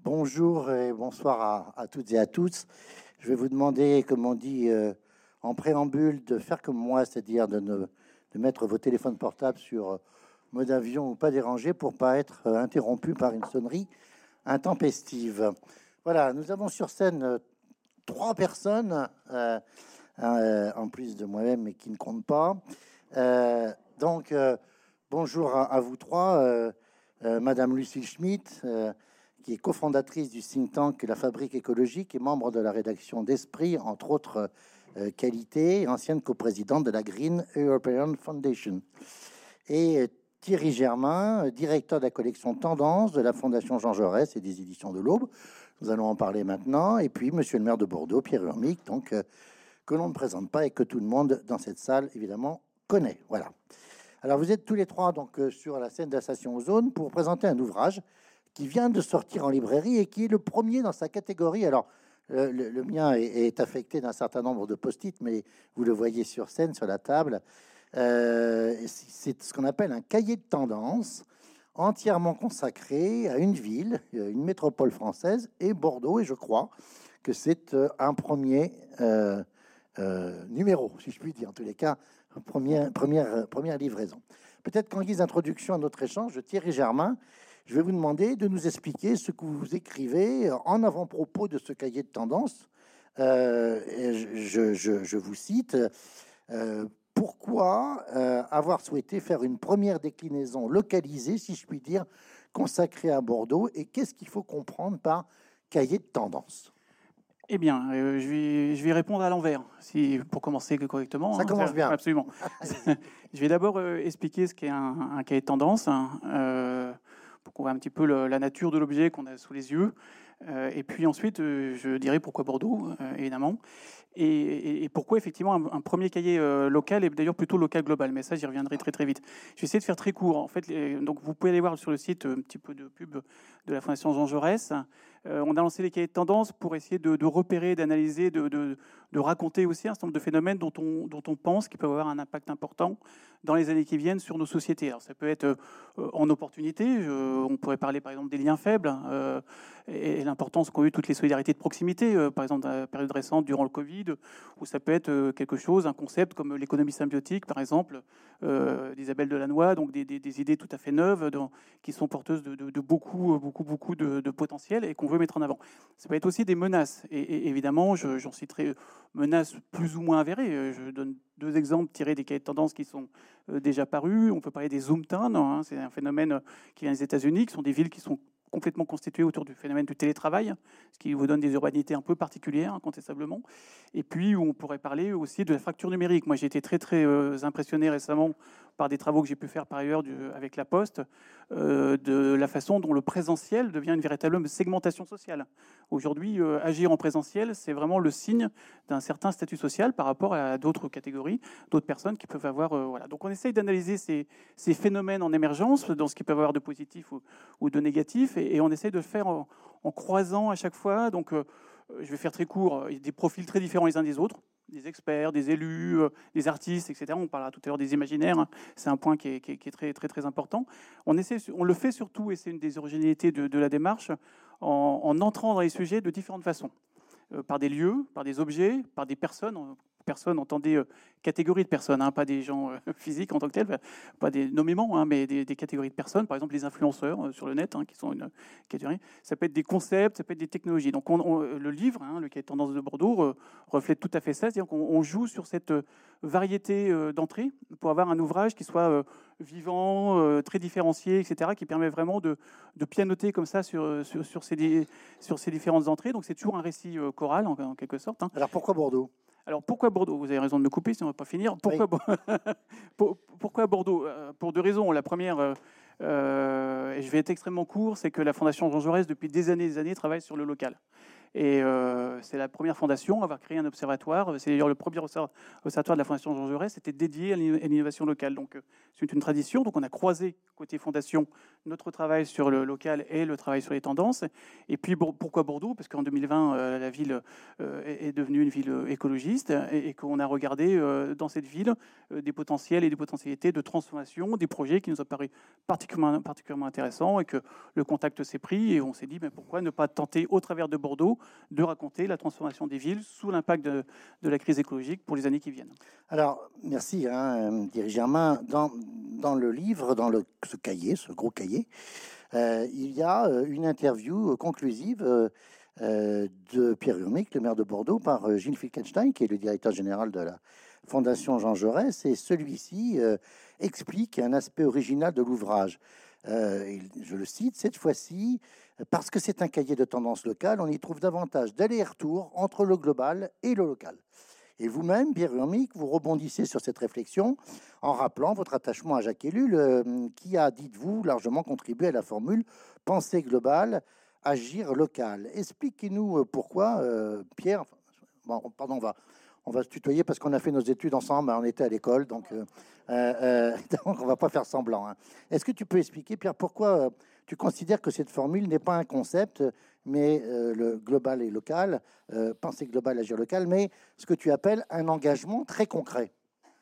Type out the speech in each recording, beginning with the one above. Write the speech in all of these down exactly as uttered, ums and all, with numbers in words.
Bonjour et bonsoir à, à toutes et à tous. Je vais vous demander, comme on dit euh, en préambule, de faire comme moi, c'est-à-dire de, ne, de mettre vos téléphones portables sur euh, mode avion ou pas dérangé pour pas être euh, interrompu par une sonnerie intempestive. Voilà, nous avons sur scène euh, trois personnes, euh, euh, en plus de moi-même, mais qui ne comptent pas. Euh, donc, euh, bonjour à, à vous trois. Euh, euh, Madame Lucie Schmitt, euh, qui est cofondatrice du think tank La Fabrique écologique et membre de la rédaction d'Esprit, entre autres euh, qualités, ancienne coprésidente de la Green European Foundation. Et Thierry Germain, directeur de la collection Tendance de la Fondation Jean Jaurès et des éditions de l'Aube. Nous allons en parler maintenant. Et puis, monsieur le maire de Bordeaux, Pierre Urmic, donc, euh, que l'on ne présente pas et que tout le monde dans cette salle, évidemment, connaît. Voilà. Alors, vous êtes tous les trois donc, euh, sur la scène de la Station Ozone pour présenter un ouvrage qui vient de sortir en librairie et qui est le premier dans sa catégorie. Alors, le, le, le mien est, est affecté d'un certain nombre de post-it, mais vous le voyez sur scène, sur la table. Euh, c'est ce qu'on appelle un cahier de tendance entièrement consacré à une ville, une métropole française et Bordeaux. Et je crois que c'est un premier euh, euh, numéro, si je puis dire, en tous les cas, première, première, première livraison. Peut-être qu'en guise d'introduction à notre échange, Thierry Germain, je vais vous demander de nous expliquer ce que vous écrivez en avant-propos de ce cahier de tendance. Euh, je, je, je vous cite euh, « Pourquoi euh, avoir souhaité faire une première déclinaison localisée, si je puis dire, consacrée à Bordeaux, et qu'est-ce qu'il faut comprendre par cahier de tendance ?» Eh bien, euh, je, vais, je vais répondre à l'envers, si, pour commencer correctement. Ça hein, commence bien. Absolument. Je vais d'abord euh, expliquer ce qu'est un, un cahier de tendance, hein, euh, pour qu'on voit un petit peu le, la nature de l'objet qu'on a sous les yeux. Euh, et puis ensuite, euh, je dirai pourquoi Bordeaux, euh, évidemment. Et, et, et pourquoi, effectivement, un, un premier cahier euh, local, et d'ailleurs plutôt local global. Mais ça, j'y reviendrai très très vite. Je vais essayer de faire très court. En fait, les, donc vous pouvez aller voir sur le site un petit peu de pub de la Fondation Jean Jaurès. Euh, on a lancé les cahiers de tendance pour essayer de, de repérer, d'analyser, de, de, de raconter aussi un certain nombre de phénomènes dont on, dont on pense qu'ils peuvent avoir un impact important dans les années qui viennent sur nos sociétés. Alors, ça peut être euh, en opportunité. Je, on pourrait parler, par exemple, des liens faibles euh, et, et l'importance qu'ont eu toutes les solidarités de proximité, euh, par exemple, dans la période récente, durant le Covid, ou ça peut être euh, quelque chose, un concept comme l'économie symbiotique, par exemple, euh, d'Isabelle Delannoy, donc des, des, des idées tout à fait neuves dans, qui sont porteuses de, de, de beaucoup, beaucoup, beaucoup de, de potentiel et qu'on veut mettre en avant. Ça peut être aussi des menaces. Et, et évidemment, je, j'en citerai menaces plus ou moins avérées. Je donne deux exemples tirés des cahiers de tendance qui sont euh, déjà parus. On peut parler des Zoomtowns, hein, c'est un phénomène qui vient des États-Unis, qui sont des villes qui sont complètement constituées autour du phénomène du télétravail, ce qui vous donne des urbanités un peu particulières, incontestablement. Et puis, on pourrait parler aussi de la fracture numérique. Moi, j'ai été très, très euh, impressionné récemment par des travaux que j'ai pu faire par ailleurs du, avec La Poste, euh, de la façon dont le présentiel devient une véritable segmentation sociale. Aujourd'hui, euh, agir en présentiel, c'est vraiment le signe d'un certain statut social par rapport à d'autres catégories, d'autres personnes qui peuvent avoir... Euh, voilà. Donc, on essaye d'analyser ces, ces phénomènes en émergence, dans ce qu'ils peuvent avoir de positif ou, ou de négatif, et, et on essaye de le faire en, en croisant à chaque fois. Donc, euh, je vais faire très court. Il y a des profils très différents les uns des autres. Des experts, des élus, euh, des artistes, et cetera. On parlera tout à l'heure des imaginaires. Hein. C'est un point qui est, qui est, qui est très, très, très important. On, essaie, on le fait surtout, et c'est une des originalités de, de la démarche, en, en entrant dans les sujets de différentes façons. Euh, par des lieux, par des objets, par des personnes. Personnes, entendez euh, catégories de personnes, hein, pas des gens euh, physiques en tant que tels, pas des nommément, hein, mais des, des catégories de personnes. Par exemple, les influenceurs euh, sur le net, hein, qui sont une catégorie. Ça peut être des concepts, ça peut être des technologies. Donc, on, on, le livre, hein, le cahier de tendance de Bordeaux, euh, reflète tout à fait ça. C'est-à-dire qu'on on joue sur cette euh, variété euh, d'entrées pour avoir un ouvrage qui soit euh, vivant, euh, très différencié, et cetera, qui permet vraiment de, de pianoter comme ça sur, sur, sur, ces, sur ces différentes entrées. Donc, c'est toujours un récit euh, choral, en, en quelque sorte. Hein. Alors, pourquoi Bordeaux ? Alors, pourquoi Bordeaux ? Vous avez raison de me couper, sinon on ne va pas finir. Pourquoi, oui. Pourquoi Bordeaux ? Pour deux raisons. La première, euh, et je vais être extrêmement court, c'est que la Fondation Jean Jaurès, depuis des années et des années, travaille sur le local. Et euh, c'est la première fondation à avoir créé un observatoire. C'est d'ailleurs le premier observatoire de la Fondation Jean Jaurès, c'était dédié à l'innovation locale. Donc euh, c'est une tradition. Donc on a croisé, côté fondation, notre travail sur le local et le travail sur les tendances. Et puis pourquoi Bordeaux? Parce qu'en deux mille vingt, euh, la ville euh, est devenue une ville écologiste et, et qu'on a regardé euh, dans cette ville euh, des potentiels et des potentialités de transformation, des projets qui nous ont paru particulièrement, particulièrement intéressants, et que le contact s'est pris et on s'est dit ben, pourquoi ne pas tenter au travers de Bordeaux de raconter la transformation des villes sous l'impact de, de la crise écologique pour les années qui viennent. Alors, merci, hein, Thierry Germain. Dans, dans le livre, dans le, ce cahier, ce gros cahier, euh, il y a une interview conclusive euh, euh, de Pierre Urmic, le maire de Bordeaux, par euh, Gilles Filkenstein, qui est le directeur général de la Fondation Jean Jaurès, et celui-ci euh, explique un aspect original de l'ouvrage. Euh, je le cite, cette fois-ci, parce que c'est un cahier de tendance locale, on y trouve davantage d'aller-retour entre le global et le local. Et vous-même, Pierre Urmic, vous rebondissez sur cette réflexion en rappelant votre attachement à Jacques Ellul, euh, qui a, dites-vous, largement contribué à la formule « penser global, agir local ». Expliquez-nous pourquoi, euh, Pierre, bon, pardon, on va, on va se tutoyer parce qu'on a fait nos études ensemble, on était à l'école, donc, euh, euh, donc on ne va pas faire semblant. Hein. Est-ce que tu peux expliquer, Pierre, pourquoi euh, tu considères que cette formule n'est pas un concept, mais euh, le global et local, euh, penser global, agir local, mais ce que tu appelles un engagement très concret?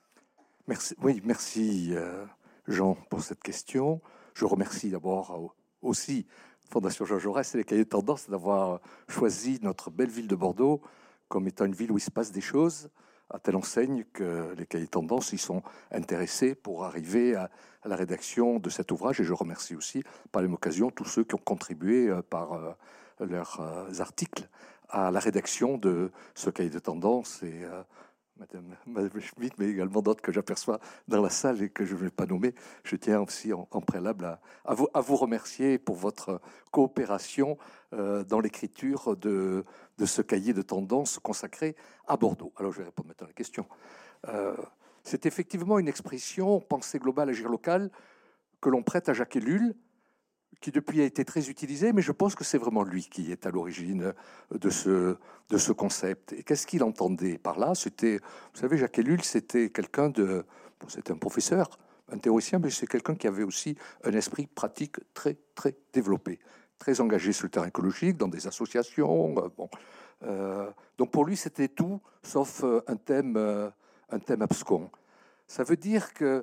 Merci, oui, merci euh, Jean pour cette question. Je remercie d'abord euh, aussi Fondation Jean Jaurès et les cahiers de tendance d'avoir choisi notre belle ville de Bordeaux comme étant une ville où il se passe des choses, à telle enseigne que les cahiers de tendance y sont intéressés pour arriver à, à la rédaction de cet ouvrage. Et je remercie aussi, par la même occasion, tous ceux qui ont contribué euh, par euh, leurs euh, articles à la rédaction de ce cahier de tendance. Et euh, Madame, Madame Schmitt, mais également d'autres que j'aperçois dans la salle et que je ne vais pas nommer. Je tiens aussi en, en préalable à, à, vous, à vous remercier pour votre coopération euh, dans l'écriture de, de ce cahier de tendance consacré à Bordeaux. Alors je vais répondre maintenant à la question. Euh, c'est effectivement une expression pensée globale, agir local, que l'on prête à Jacques Ellul, qui depuis a été très utilisé, mais je pense que c'est vraiment lui qui est à l'origine de ce, de ce concept. Et qu'est-ce qu'il entendait par là? C'était, vous savez, Jacques Ellul, c'était quelqu'un de... Bon, c'était un professeur, un théoricien, mais c'est quelqu'un qui avait aussi un esprit pratique très, très développé, très engagé sur le terrain écologique, dans des associations. Bon. Euh, donc pour lui, c'était tout, sauf un thème, un thème abscon. Ça veut dire qu'il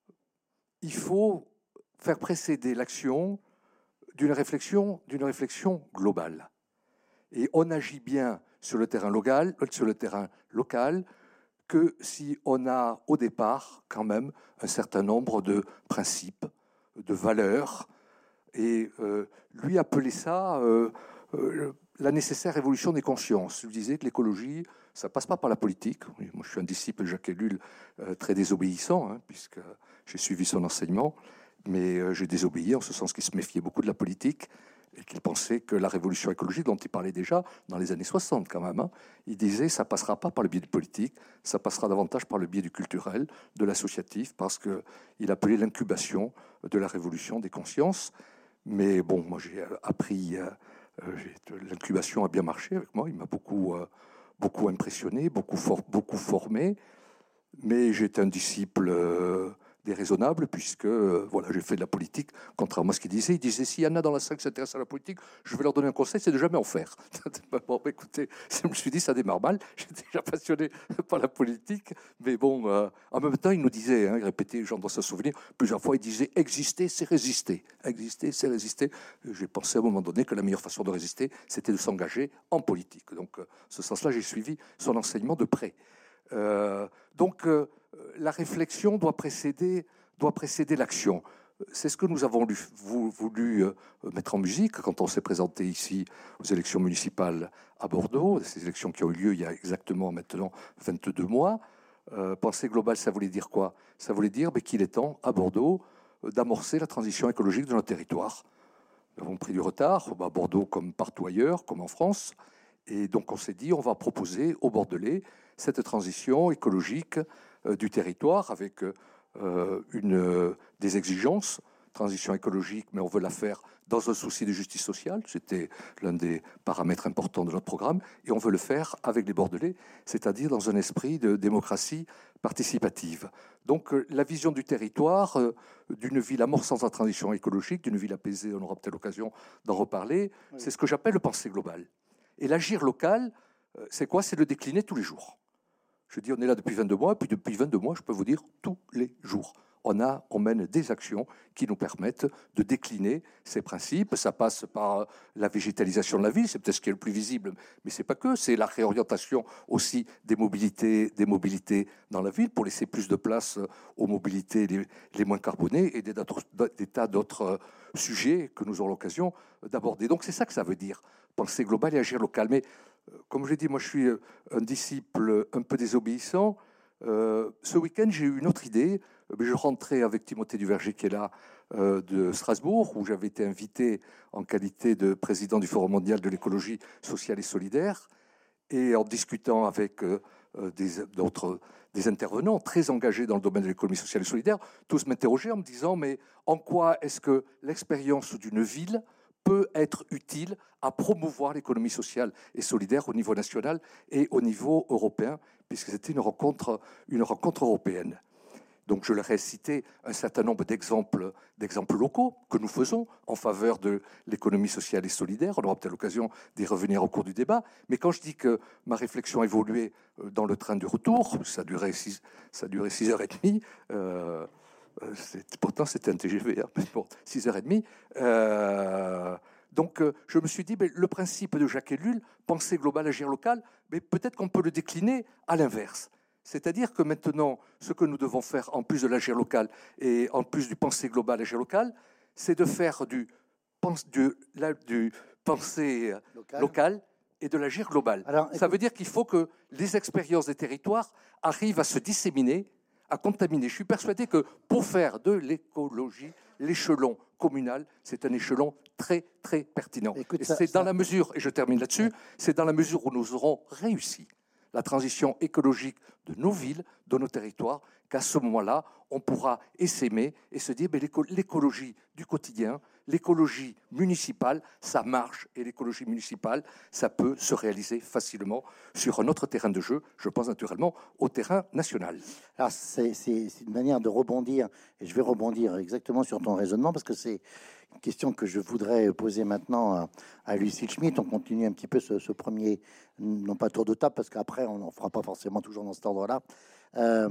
faut faire précéder l'action d'une réflexion, d'une réflexion globale. Et on agit bien sur le terrain local, sur le terrain local que si on a au départ quand même un certain nombre de principes, de valeurs, et euh, lui appelait ça euh, euh, la nécessaire évolution des consciences. Il disait que l'écologie, ça passe pas par la politique. Oui, moi, je suis un disciple de Jacques Ellul euh, très désobéissant, hein, puisque j'ai suivi son enseignement. Mais euh, j'ai désobéi en ce sens qu'il se méfiait beaucoup de la politique et qu'il pensait que la révolution écologique, dont il parlait déjà dans les années soixante quand même, hein, il disait ça passera pas par le biais du politique, ça passera davantage par le biais du culturel, de l'associatif, parce qu'il appelait l'incubation de la révolution des consciences. Mais bon, moi j'ai appris, euh, l'incubation a bien marché avec moi, il m'a beaucoup, euh, beaucoup impressionné, beaucoup, for- beaucoup formé, mais j'étais un disciple... Euh, déraisonnable, puisque euh, voilà, j'ai fait de la politique, contrairement à ce qu'il disait. Il disait, s'il y en a dans la salle qui s'intéressent à la politique, je vais leur donner un conseil, c'est de jamais en faire. Bon, écoutez, je me suis dit, ça démarre mal. J'étais déjà passionné par la politique, mais bon, euh, en même temps, il nous disait, hein, il répétait, Jean doit se souvenir, plusieurs fois, il disait, exister, c'est résister. Exister, c'est résister. J'ai pensé à un moment donné que la meilleure façon de résister, c'était de s'engager en politique. Donc, euh, ce sens-là, j'ai suivi son enseignement de près. Euh, donc, euh, la réflexion doit précéder, doit précéder l'action. C'est ce que nous avons voulu, voulu euh, mettre en musique quand on s'est présenté ici aux élections municipales à Bordeaux, ces élections qui ont eu lieu il y a exactement maintenant vingt-deux mois. Euh, penser global, ça voulait dire quoi? Ça voulait dire ben, qu'il est temps, à Bordeaux, euh, d'amorcer la transition écologique de notre territoire. Nous avons pris du retard, à Bordeaux comme partout ailleurs, comme en France. Et donc on s'est dit, on va proposer aux Bordelais cette transition écologique euh, du territoire avec euh, une, euh, des exigences, transition écologique, mais on veut la faire dans un souci de justice sociale. C'était l'un des paramètres importants de notre programme. Et on veut le faire avec les Bordelais, c'est-à-dire dans un esprit de démocratie participative. Donc la vision du territoire, euh, d'une ville amorçant sa transition écologique, d'une ville apaisée, on aura peut-être l'occasion d'en reparler, oui. C'est ce que j'appelle le penser global. Et l'agir local, euh, c'est quoi? C'est le décliner tous les jours. Je dis, on est là depuis vingt-deux mois, et puis depuis vingt-deux mois, je peux vous dire, tous les jours. On, a, on mène des actions qui nous permettent de décliner ces principes. Ça passe par la végétalisation de la ville, c'est peut-être ce qui est le plus visible, mais ce n'est pas que, c'est la réorientation aussi des mobilités, des mobilités dans la ville pour laisser plus de place aux mobilités les, les moins carbonées et des, des tas d'autres sujets que nous aurons l'occasion d'aborder. Donc c'est ça que ça veut dire, penser global et agir local. Mais comme je l'ai dit, moi je suis un disciple un peu désobéissant. Euh, ce week-end, j'ai eu une autre idée. Je rentrais avec Timothée Duverger, qui est là, euh, de Strasbourg, où j'avais été invité en qualité de président du Forum mondial de l'écologie sociale et solidaire. Et en discutant avec euh, des, d'autres, des intervenants très engagés dans le domaine de l'économie sociale et solidaire, tous m'interrogeaient en me disant, mais en quoi est-ce que l'expérience d'une ville peut être utile à promouvoir l'économie sociale et solidaire au niveau national et au niveau européen, puisque c'était une rencontre, une rencontre européenne. Donc je leur ai cité un certain nombre d'exemples, d'exemples locaux que nous faisons en faveur de l'économie sociale et solidaire. On aura peut-être l'occasion d'y revenir au cours du débat. Mais quand je dis que ma réflexion a évolué dans le train du retour, ça durait six, ça durait six heures et demie, euh, c'est, pourtant c'était un T G V, hein, mais bon, six heures et demie. Euh, donc euh, je me suis dit, ben, le principe de Jacques Ellul, penser global, agir local, mais peut-être qu'on peut le décliner à l'inverse. C'est-à-dire que maintenant, ce que nous devons faire, en plus de l'agir local et en plus du penser global, agir local, c'est de faire du, du, du penser local. local et de l'agir global. Alors, ça écoute... veut dire qu'il faut que les expériences des territoires arrivent à se disséminer, à contaminer. Je suis persuadé que pour faire de l'écologie, l'échelon communal, c'est un échelon très, très pertinent. Écoute, et ça, c'est ça... dans la mesure, et je termine là-dessus, c'est dans la mesure où nous aurons réussi la transition écologique de nos villes, de nos territoires, qu'à ce moment-là, on pourra essaimer et se dire, ben, l'écologie du quotidien, l'écologie municipale, ça marche, et l'écologie municipale, ça peut se réaliser facilement sur un autre terrain de jeu, je pense naturellement au terrain national. Alors, c'est, c'est, c'est une manière de rebondir, et je vais rebondir exactement sur ton raisonnement, parce que c'est une question que je voudrais poser maintenant à, à Lucille Schmitt. On continue un petit peu ce, ce premier, non pas tour de table, parce qu'après, on n'en fera pas forcément toujours dans cet ordre-là. Euh,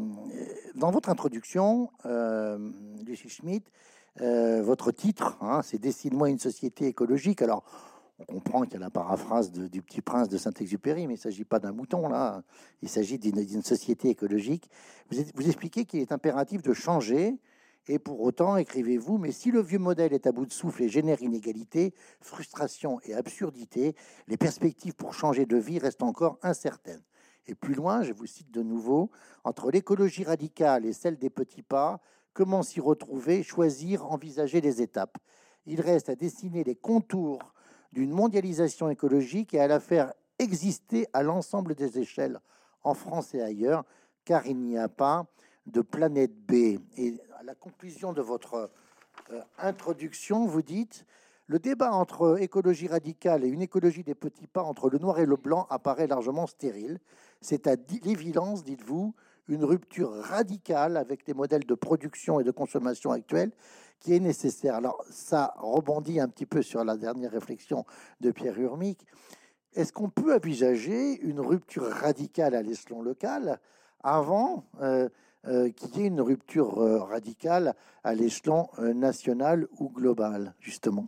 dans votre introduction, euh, Lucille Schmitt, euh, votre titre, hein, c'est « Dessine-moi une société écologique ». Alors, on comprend qu'il y a la paraphrase de, du Petit Prince de Saint-Exupéry, mais il ne s'agit pas d'un mouton, là. Il s'agit d'une, d'une société écologique. Vous, vous expliquez qu'il est impératif de changer. Et pour autant, écrivez-vous, mais si le vieux modèle est à bout de souffle et génère inégalité, frustration et absurdité, les perspectives pour changer de vie restent encore incertaines. Et plus loin, je vous cite de nouveau, entre l'écologie radicale et celle des petits pas, comment s'y retrouver, choisir, envisager les étapes. Il reste à dessiner les contours d'une mondialisation écologique et à la faire exister à l'ensemble des échelles, en France et ailleurs, car il n'y a pas de planète B. Et à la conclusion de votre euh, introduction, vous dites « Le débat entre écologie radicale et une écologie des petits pas entre le noir et le blanc apparaît largement stérile. C'est à l'évidence, dites-vous, une rupture radicale avec les modèles de production et de consommation actuels qui est nécessaire. » Alors, ça rebondit un petit peu sur la dernière réflexion de Pierre Urmic. Est-ce qu'on peut envisager une rupture radicale à l'échelon local avant euh, euh, qu'il y ait une rupture euh, radicale à l'échelon euh, national ou global, justement?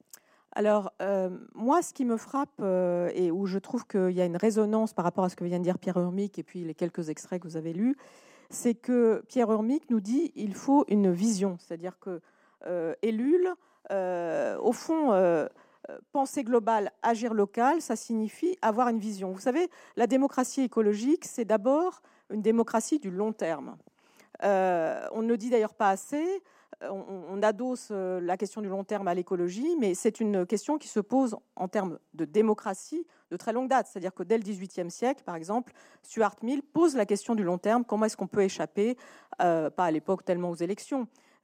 Alors, euh, moi, ce qui me frappe euh, et où je trouve qu'il y a une résonance par rapport à ce que vient de dire Pierre Urmic et puis les quelques extraits que vous avez lus, c'est que Pierre Urmic nous dit qu'il faut une vision. C'est-à-dire que euh, Ellul, euh, au fond, euh, penser global, agir local, ça signifie avoir une vision. Vous savez, la démocratie écologique, c'est d'abord une démocratie du long terme. Euh, on ne le dit d'ailleurs pas assez. On, on adosse la question du long terme à l'écologie, mais c'est une question qui se pose en termes de démocratie de très longue date. C'est-à-dire que dès le dix-huitième siècle, par exemple, Stuart Mill pose la question du long terme. Comment est-ce qu'on peut échapper, euh, pas à l'époque tellement aux élections,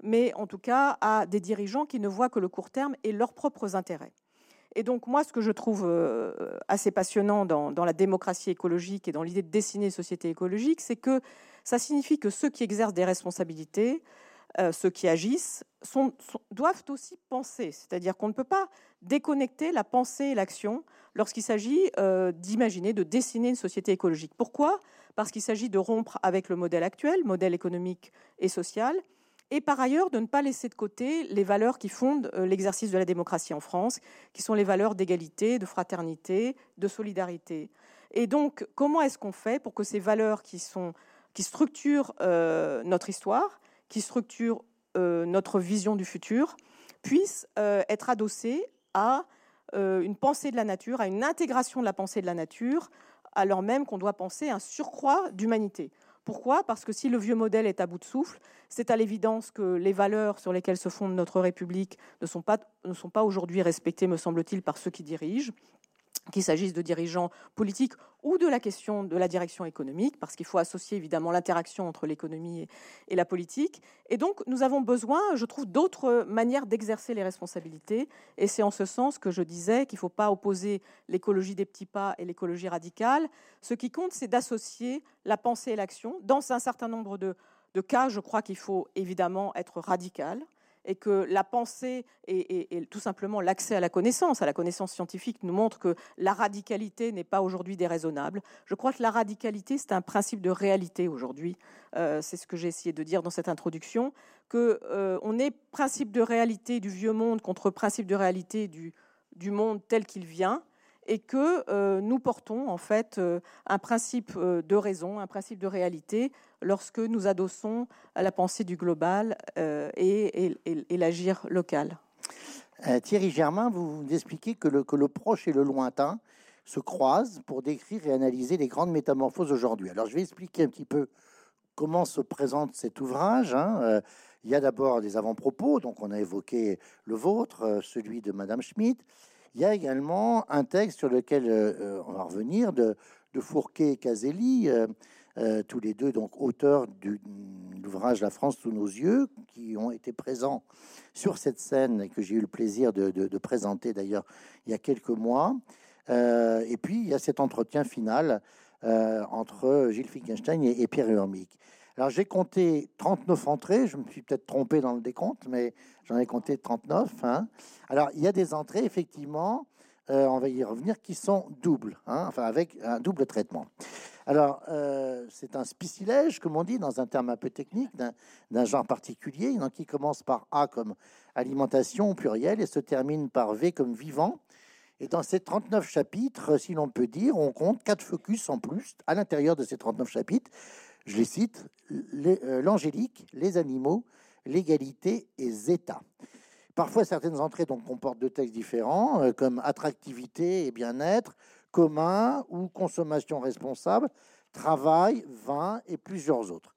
mais en tout cas à des dirigeants qui ne voient que le court terme et leurs propres intérêts. Et donc moi, ce que je trouve euh, assez passionnant dans, dans la démocratie écologique et dans l'idée de dessiner une société écologique, c'est que ça signifie que ceux qui exercent des responsabilités, euh, ceux qui agissent, sont, sont, doivent aussi penser. C'est-à-dire qu'on ne peut pas déconnecter la pensée et l'action lorsqu'il s'agit euh, d'imaginer, de dessiner une société écologique. Pourquoi ? Parce qu'il s'agit de rompre avec le modèle actuel, modèle économique et social, et par ailleurs de ne pas laisser de côté les valeurs qui fondent l'exercice de la démocratie en France, qui sont les valeurs d'égalité, de fraternité, de solidarité. Et donc, comment est-ce qu'on fait pour que ces valeurs qui, sont, qui structurent euh, notre histoire, qui structurent euh, notre vision du futur, puissent euh, être adossées à euh, une pensée de la nature, à une intégration de la pensée de la nature, alors même qu'on doit penser un surcroît d'humanité. Pourquoi ? Parce que si le vieux modèle est à bout de souffle, c'est à l'évidence que les valeurs sur lesquelles se fonde notre République ne sont pas, ne sont pas aujourd'hui respectées, me semble-t-il, par ceux qui dirigent, qu'il s'agisse de dirigeants politiques ou de la question de la direction économique, parce qu'il faut associer évidemment l'interaction entre l'économie et la politique. Et donc, nous avons besoin, je trouve, d'autres manières d'exercer les responsabilités. Et c'est en ce sens que je disais qu'il ne faut pas opposer l'écologie des petits pas et l'écologie radicale. Ce qui compte, c'est d'associer la pensée et l'action. Dans un certain nombre de, de cas, je crois qu'il faut évidemment être radical, et que la pensée et, et, et tout simplement l'accès à la connaissance, à la connaissance scientifique, nous montre que la radicalité n'est pas aujourd'hui déraisonnable. Je crois que la radicalité, c'est un principe de réalité aujourd'hui. Euh, c'est ce que j'ai essayé de dire dans cette introduction, qu'on euh, est principe de réalité du vieux monde contre principe de réalité du, du monde tel qu'il vient, et que euh, nous portons en fait euh, un principe euh, de raison, un principe de réalité lorsque nous adossons à la pensée du global euh, et, et, et, et l'agir local. Euh, Thierry Germain, vous vous expliquez que le, que le proche et le lointain se croisent pour décrire et analyser les grandes métamorphoses aujourd'hui. Alors je vais expliquer un petit peu comment se présente cet ouvrage. Hein. Euh, il y a d'abord des avant-propos, donc on a évoqué le vôtre, euh, celui de Madame Schmitt. Il y a également un texte sur lequel euh, on va revenir, de, de Fourquet et Caselli, euh, euh, tous les deux donc auteurs du, de l'ouvrage La France sous nos yeux, qui ont été présents sur cette scène et que j'ai eu le plaisir de, de, de présenter d'ailleurs il y a quelques mois. Euh, et puis il y a cet entretien final euh, entre Gilles Finkelstein et, et Pierre Urmic. Alors j'ai compté trente-neuf entrées, je me suis peut-être trompé dans le décompte, mais j'en ai compté trente-neuf. Hein. Alors il y a des entrées, effectivement, euh, on va y revenir, qui sont doubles, hein, enfin avec un double traitement. Alors euh, c'est un spicilège, comme on dit, dans un terme un peu technique, d'un, d'un genre particulier, donc qui commence par A comme alimentation au pluriel et se termine par V comme vivant. Et dans ces trente-neuf chapitres, si l'on peut dire, on compte quatre focus en plus à l'intérieur de ces trente-neuf chapitres. Je les cite, les, euh, l'angélique, les animaux, l'égalité et zéta. Parfois, certaines entrées donc, comportent deux textes différents, euh, comme attractivité et bien-être, commun ou consommation responsable, travail, vin et plusieurs autres.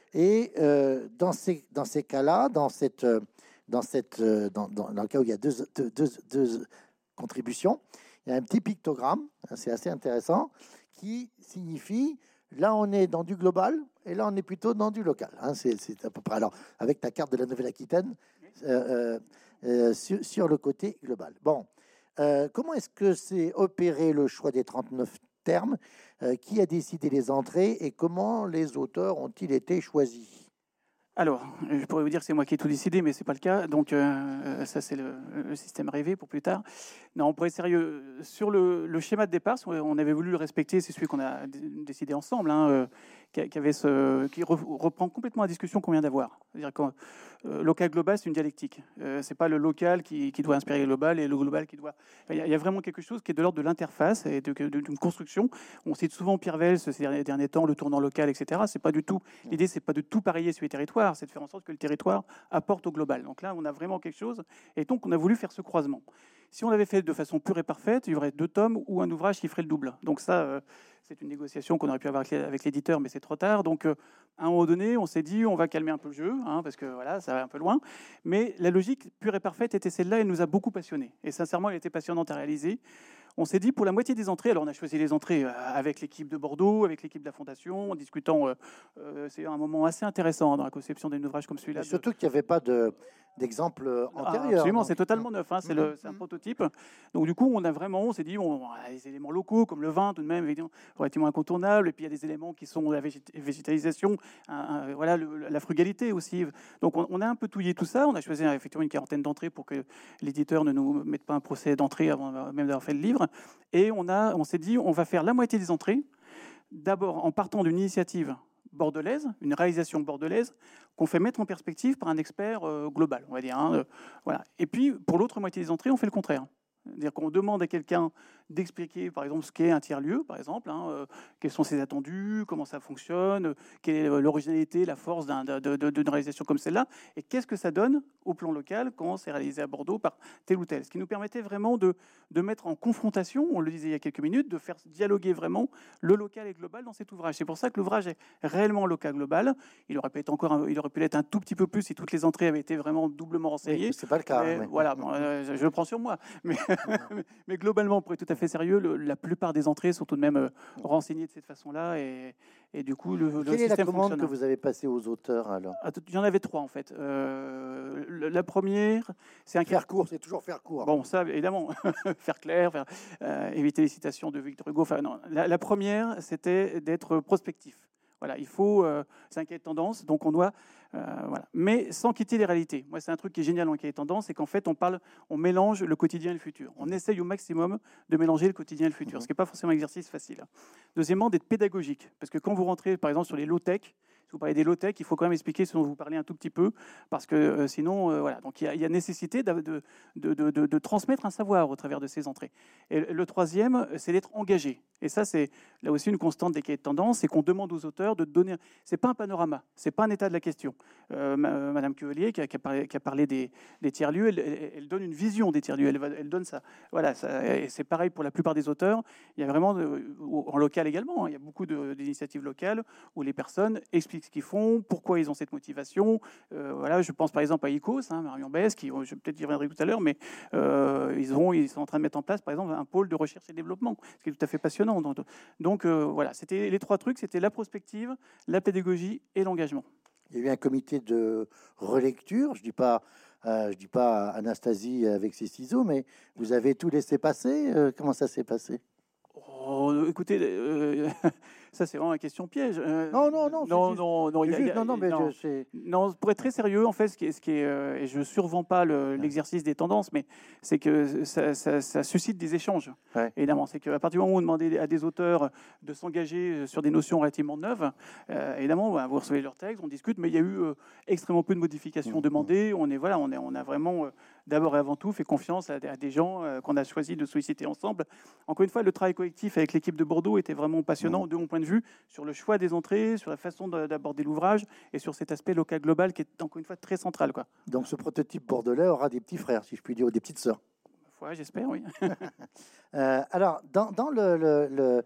Et euh, dans ces, dans ces cas-là, dans, cette, dans, cette, dans, dans, dans le cas où il y a deux, deux, deux, deux contributions, il y a un petit pictogramme, c'est assez intéressant, qui signifie... Là, on est dans du global, et là, on est plutôt dans du local. Hein, c'est, c'est à peu près. Alors, avec ta carte de la Nouvelle-Aquitaine, euh, euh, sur, sur le côté global. Bon, euh, comment est-ce que c'est opéré le choix des trente-neuf termes ? euh, Qui a décidé les entrées et comment les auteurs ont-ils été choisis ? Alors, je pourrais vous dire que c'est moi qui ai tout décidé, mais c'est pas le cas. Donc, euh, ça, c'est le, le système rêvé pour plus tard. Non, pour être sérieux, sur le, le schéma de départ, on avait voulu le respecter. C'est celui qu'on a décidé ensemble, hein, euh, qui, qui, avait ce, qui reprend complètement la discussion qu'on vient d'avoir. C'est-à-dire que euh, local global, c'est une dialectique. Euh, c'est pas le local qui, qui doit inspirer le global et le global qui doit. Il y, a, il y a vraiment quelque chose qui est de l'ordre de l'interface et de, de, d'une construction. On cite souvent Pierre Vels ces derniers, derniers temps, le tournant local, et cetera. C'est pas du tout. L'idée, c'est pas de tout parier sur les territoires. C'est de faire en sorte que le territoire apporte au global. Donc là, on a vraiment quelque chose, et donc on a voulu faire ce croisement. Si on l'avait fait de façon pure et parfaite, il y aurait deux tomes ou un ouvrage qui ferait le double. Donc ça, euh, c'est une négociation qu'on aurait pu avoir avec l'éditeur, mais c'est trop tard. Donc euh, à un moment donné, on s'est dit, on va calmer un peu le jeu, hein, parce que voilà, ça va un peu loin. Mais la logique pure et parfaite était celle-là, elle nous a beaucoup passionnés. Et sincèrement, elle était passionnante à réaliser. on s'est dit pour la moitié des entrées, alors on a choisi les entrées avec l'équipe de Bordeaux, avec l'équipe de la Fondation, en discutant, euh, euh, c'est un moment assez intéressant hein, dans la conception d'un ouvrage comme celui-là. Surtout de... qu'il n'y avait pas de, d'exemple antérieur. Ah, absolument, c'est totalement neuf, hein, c'est, mmh, le, c'est un prototype. Donc du coup, on a vraiment, on s'est dit, on, on a des éléments locaux comme le vin, tout de même, évidemment, relativement incontournable, et puis il y a des éléments qui sont la végétalisation, un, un, voilà, le, la frugalité aussi. Donc on, on a un peu touillé tout ça, on a choisi effectivement une quarantaine d'entrées pour que l'éditeur ne nous mette pas un procès d'entrée avant même d'avoir fait le livre, et on, a, on s'est dit, on va faire la moitié des entrées, d'abord en partant d'une initiative bordelaise, une réalisation bordelaise qu'on fait mettre en perspective par un expert euh, global, on va dire. Hein, euh, voilà. Et puis, pour l'autre moitié des entrées, on fait le contraire. C'est-à-dire qu'on demande à quelqu'un d'expliquer, par exemple, ce qu'est un tiers-lieu, par exemple, hein, euh, quels sont ses attendus, comment ça fonctionne, euh, quelle est l'originalité, la force d'un, de, de, d'une réalisation comme celle-là, et qu'est-ce que ça donne au plan local quand c'est réalisé à Bordeaux par tel ou tel. Ce qui nous permettait vraiment de, de mettre en confrontation, on le disait il y a quelques minutes, de faire dialoguer vraiment le local et le global dans cet ouvrage. C'est pour ça que l'ouvrage est réellement local-global. Il aurait pu être encore, un, il aurait pu l'être un tout petit peu plus si toutes les entrées avaient été vraiment doublement renseignées. Oui, c'est pas le cas. Mais, mais... Voilà, bon, euh, je, je le prends sur moi. Mais, mais globalement, pour être tout à fait sérieux, le, la plupart des entrées sont tout de même euh, renseignées de cette façon-là, et, et du coup, le, Quelle le est système la commande fonctionne. que vous avez passée aux auteurs alors? Il y en avait trois en fait. Euh, la première, c'est un faire court, c'est toujours faire court. Bon, ça évidemment, faire clair, faire, euh, éviter les citations de Victor Hugo. Enfin, non. La, la première, c'était d'être prospectif. Voilà, il faut, euh, c'est un cahier de tendance, donc on doit, euh, voilà, mais sans quitter les réalités. Moi, c'est un truc qui est génial en cahier de tendance, c'est qu'en fait, on parle, on mélange le quotidien et le futur. On essaye au maximum de mélanger le quotidien et le futur, ce qui n'est pas forcément un exercice facile. Deuxièmement, d'être pédagogique, parce que quand vous rentrez, par exemple, sur les low-tech, si vous parlez des low-tech, il faut quand même expliquer ce dont vous parlez un tout petit peu, parce que euh, sinon, euh, voilà. Donc il y, y a nécessité de, de, de, de, de transmettre un savoir au travers de ces entrées. Et le troisième, c'est d'être engagé. Et ça, c'est là aussi une constante des cahiers de tendance, c'est qu'on demande aux auteurs de donner. C'est pas un panorama, c'est pas un état de la question. Euh, Madame Cuvelier, qui a, qui a parlé, qui a parlé des, des tiers-lieux, elle, elle, elle donne une vision des tiers-lieux. Elle, elle donne ça. Voilà. Ça, et c'est pareil pour la plupart des auteurs. Il y a vraiment, de, en local également, hein, il y a beaucoup de, d'initiatives locales où les personnes expliquent ce qu'ils font, pourquoi ils ont cette motivation. Euh, voilà, je pense par exemple à I C O S, hein, Marion Besse, qui, je peut-être y reviendrai tout à l'heure, mais euh, ils, ont, ils sont en train de mettre en place, par exemple, un pôle de recherche et développement, ce qui est tout à fait passionnant. Donc, donc euh, voilà, c'était les trois trucs, c'était la prospective, la pédagogie et l'engagement. Il y a eu un comité de relecture, je dis pas, euh, je dis pas Anastasie avec ses ciseaux, mais vous avez tout laissé passer. Euh, comment ça s'est passé? Oh, écoutez, euh, ça c'est vraiment une question piège. Euh, non, non, non, non, juste, non, non, y a, juste, y a, non, non, mais non, je, c'est... non, pour être très sérieux, en fait, ce qui est, ce qui est euh, et je survends pas le, l'exercice des tendances, mais c'est que ça, ça, ça suscite des échanges. Ouais. Évidemment, c'est qu'à partir du moment où vous demandez à des auteurs de s'engager sur des notions relativement neuves, euh, évidemment, bah, vous recevez leur texte, on discute, mais il y a eu euh, extrêmement peu de modifications mmh, demandées. On est, voilà, on est, on a vraiment euh, d'abord et avant tout fait confiance à, à des gens euh, qu'on a choisi de solliciter ensemble. Encore une fois, le travail collectif avec l'équipe de Bordeaux était vraiment passionnant mmh. de mon point de vue sur le choix des entrées, sur la façon d'aborder l'ouvrage et sur cet aspect local global qui est encore une fois très central, quoi. Donc ce prototype bordelais aura des petits frères, si je puis dire, ou des petites sœurs. Ouais, j'espère, oui. euh, alors, dans, dans le, le,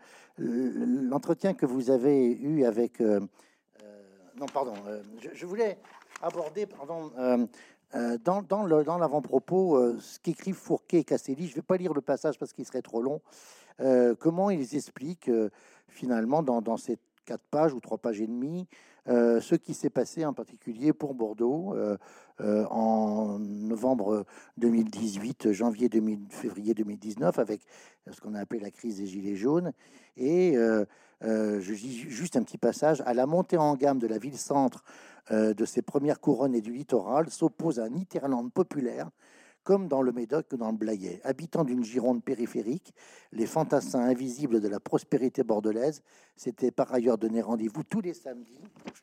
le, l'entretien que vous avez eu avec... Euh, euh, non, pardon, euh, je, je voulais aborder, pardon, euh, euh, dans, dans, le, dans l'avant-propos, euh, ce qu'écrivent Fourquet et Castelli. Je ne vais pas lire le passage parce qu'il serait trop long. Euh, comment ils expliquent, euh, finalement, dans, dans ces quatre pages ou trois pages et demie, euh, ce qui s'est passé en particulier pour Bordeaux euh, euh, en novembre deux mille dix-huit, janvier deux mille, février deux mille dix-neuf, avec ce qu'on a appelé la crise des Gilets jaunes. Et euh, euh, je dis juste un petit passage. À la montée en gamme de la ville-centre euh, de ses premières couronnes et du littoral s'oppose un hinterland populaire, comme dans le Médoc ou dans le Blayais. Habitants d'une Gironde périphérique, les fantassins invisibles de la prospérité bordelaise s'étaient par ailleurs donné rendez-vous tous les samedis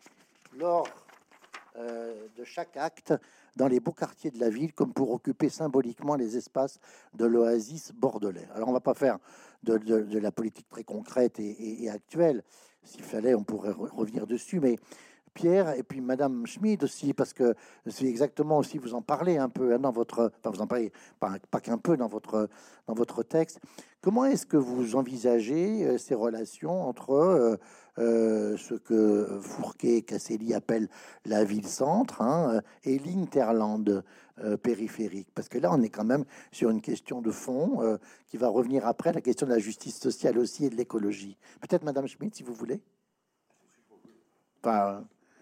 lors euh, de chaque acte dans les beaux quartiers de la ville, comme pour occuper symboliquement les espaces de l'oasis bordelais. Alors on ne va pas faire de, de, de la politique très concrète et, et, et actuelle. S'il fallait, on pourrait re revenir dessus, mais Pierre, et puis Madame Schmid aussi, parce que c'est exactement aussi, vous en parlez un peu hein, dans votre, enfin vous en parlez pas, pas qu'un peu dans votre, dans votre texte. Comment est-ce que vous envisagez euh, ces relations entre euh, euh, ce que Fourquet et Casselli appellent la ville-centre hein, et l'Interland euh, périphérique? Parce que là, on est quand même sur une question de fond euh, qui va revenir après, la question de la justice sociale aussi et de l'écologie. Peut-être Madame Schmid, si vous voulez. Enfin,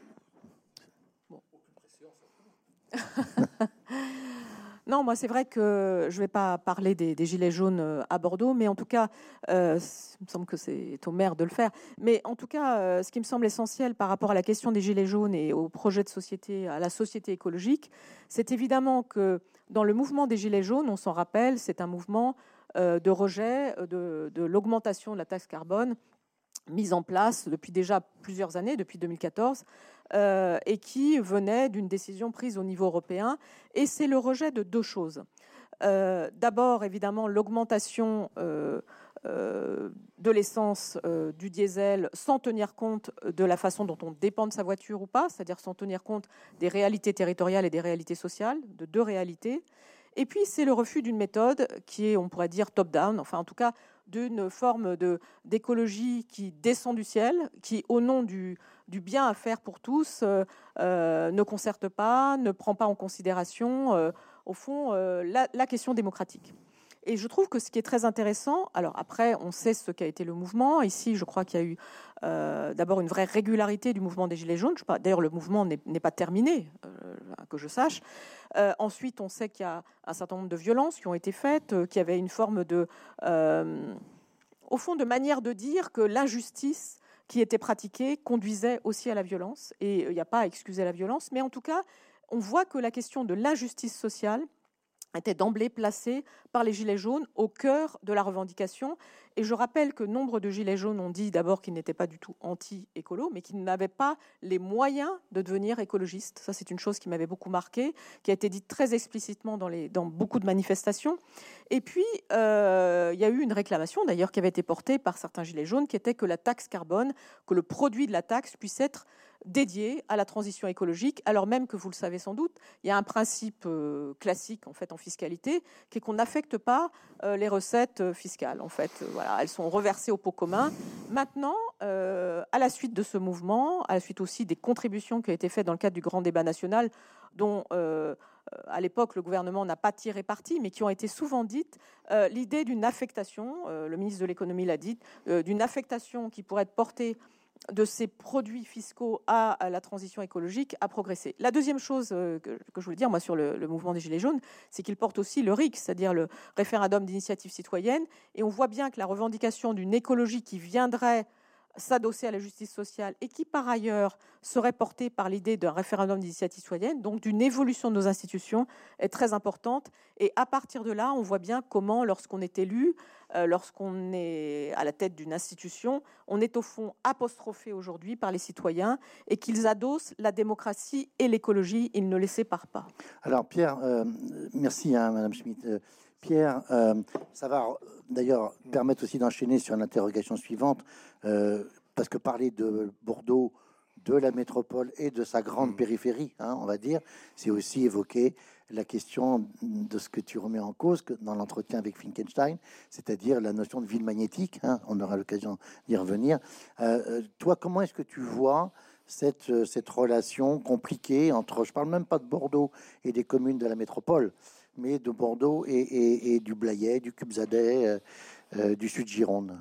Non, moi, c'est vrai que je ne vais pas parler des, des Gilets jaunes à Bordeaux, mais en tout cas, euh, il me semble que c'est au maire de le faire. Mais en tout cas, euh, ce qui me semble essentiel par rapport à la question des Gilets jaunes et au projet de société, à la société écologique, c'est évidemment que dans le mouvement des Gilets jaunes, on s'en rappelle, c'est un mouvement euh, de rejet de, de l'augmentation de la taxe carbone mise en place depuis déjà plusieurs années, depuis deux mille quatorze, euh, et qui venait d'une décision prise au niveau européen. Et c'est le rejet de deux choses. Euh, d'abord, évidemment, l'augmentation euh, euh, de l'essence, euh, du diesel, sans tenir compte de la façon dont on dépend de sa voiture ou pas, c'est-à-dire sans tenir compte des réalités territoriales et des réalités sociales, de deux réalités. Et puis, c'est le refus d'une méthode qui est, on pourrait dire, top-down, enfin, en tout cas, d'une forme de, d'écologie qui descend du ciel, qui, au nom du, du bien à faire pour tous, euh, euh, ne concerte pas, ne prend pas en considération, euh, au fond, euh, la, la question démocratique. Et je trouve que ce qui est très intéressant, alors après, on sait ce qu'a été le mouvement. Ici, je crois qu'il y a eu euh, d'abord une vraie régularité du mouvement des Gilets jaunes. Je sais pas, d'ailleurs, le mouvement n'est, n'est pas terminé, euh, que je sache. Euh, ensuite, on sait qu'il y a un certain nombre de violences qui ont été faites, euh, qu'il y avait une forme de, euh, au fond, de manière de dire que l'injustice qui était pratiquée conduisait aussi à la violence. Et il n'y a pas à excuser la violence, mais en tout cas, on voit que la question de l'injustice sociale était d'emblée placée par les Gilets jaunes au cœur de la revendication. Et je rappelle que nombre de Gilets jaunes ont dit d'abord qu'ils n'étaient pas du tout anti-écolo, mais qu'ils n'avaient pas les moyens de devenir écologistes. Ça, c'est une chose qui m'avait beaucoup marqué, qui a été dite très explicitement dans, les, dans beaucoup de manifestations. Et puis, euh, il y a eu une réclamation, d'ailleurs, qui avait été portée par certains Gilets jaunes, qui était que la taxe carbone, que le produit de la taxe puisse être dédié à la transition écologique, alors même que, vous le savez sans doute, il y a un principe euh, classique en fait en fiscalité, qui est qu'on n'affecte pas euh, les recettes fiscales. En fait, euh, voilà, elles sont reversées au pot commun. Maintenant, euh, à la suite de ce mouvement, à la suite aussi des contributions qui ont été faites dans le cadre du grand débat national, dont euh, à l'époque le gouvernement n'a pas tiré parti, mais qui ont été souvent dites, euh, l'idée d'une affectation, euh, le ministre de l'économie l'a dit, euh, d'une affectation qui pourrait être portée de ces produits fiscaux à, à la transition écologique a progressé. La deuxième chose euh, que, que je voulais dire, moi, sur le, le mouvement des Gilets jaunes, c'est qu'il porte aussi le R I C, c'est-à-dire le référendum d'initiative citoyenne, et on voit bien que la revendication d'une écologie qui viendrait s'adosser à la justice sociale et qui, par ailleurs, serait portée par l'idée d'un référendum d'initiative citoyenne, donc d'une évolution de nos institutions, est très importante. Et à partir de là, on voit bien comment, lorsqu'on est élu, euh, lorsqu'on est à la tête d'une institution, on est au fond apostrophé aujourd'hui par les citoyens et qu'ils adossent la démocratie et l'écologie, ils ne les séparent pas. Alors, Pierre, euh, merci, hein, Madame Schmid. Euh, Pierre, euh, ça va d'ailleurs permettre aussi d'enchaîner sur l'interrogation suivante, euh, parce que parler de Bordeaux, de la métropole et de sa grande périphérie, hein, on va dire, c'est aussi évoquer la question de ce que tu remets en cause que dans l'entretien avec Finkelstein, c'est-à-dire la notion de ville magnétique, hein, on aura l'occasion d'y revenir. Euh, toi, comment est-ce que tu vois cette, cette relation compliquée entre, je parle même pas de Bordeaux et des communes de la métropole, mais de Bordeaux et, et, et du Blayais, du Cubzadet, euh, euh, du Sud-Gironde?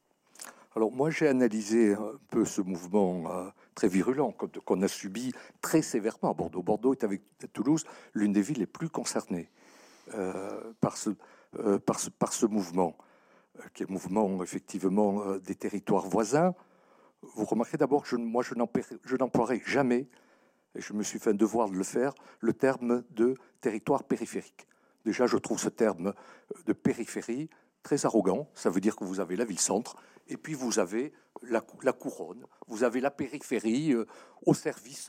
Alors moi, j'ai analysé un peu ce mouvement euh, très virulent qu'on a subi très sévèrement à Bordeaux. Bordeaux est, avec Toulouse, l'une des villes les plus concernées euh, par, ce, euh, par, ce, par ce mouvement, euh, qui est le mouvement, effectivement, euh, des territoires voisins. Vous remarquez d'abord que je, moi, je n'emploierai jamais, et je me suis fait un devoir de le faire, le terme de territoire périphérique. Déjà, je trouve ce terme de périphérie très arrogant. Ça veut dire que vous avez la ville-centre, et puis vous avez la, la couronne, vous avez la périphérie euh, au service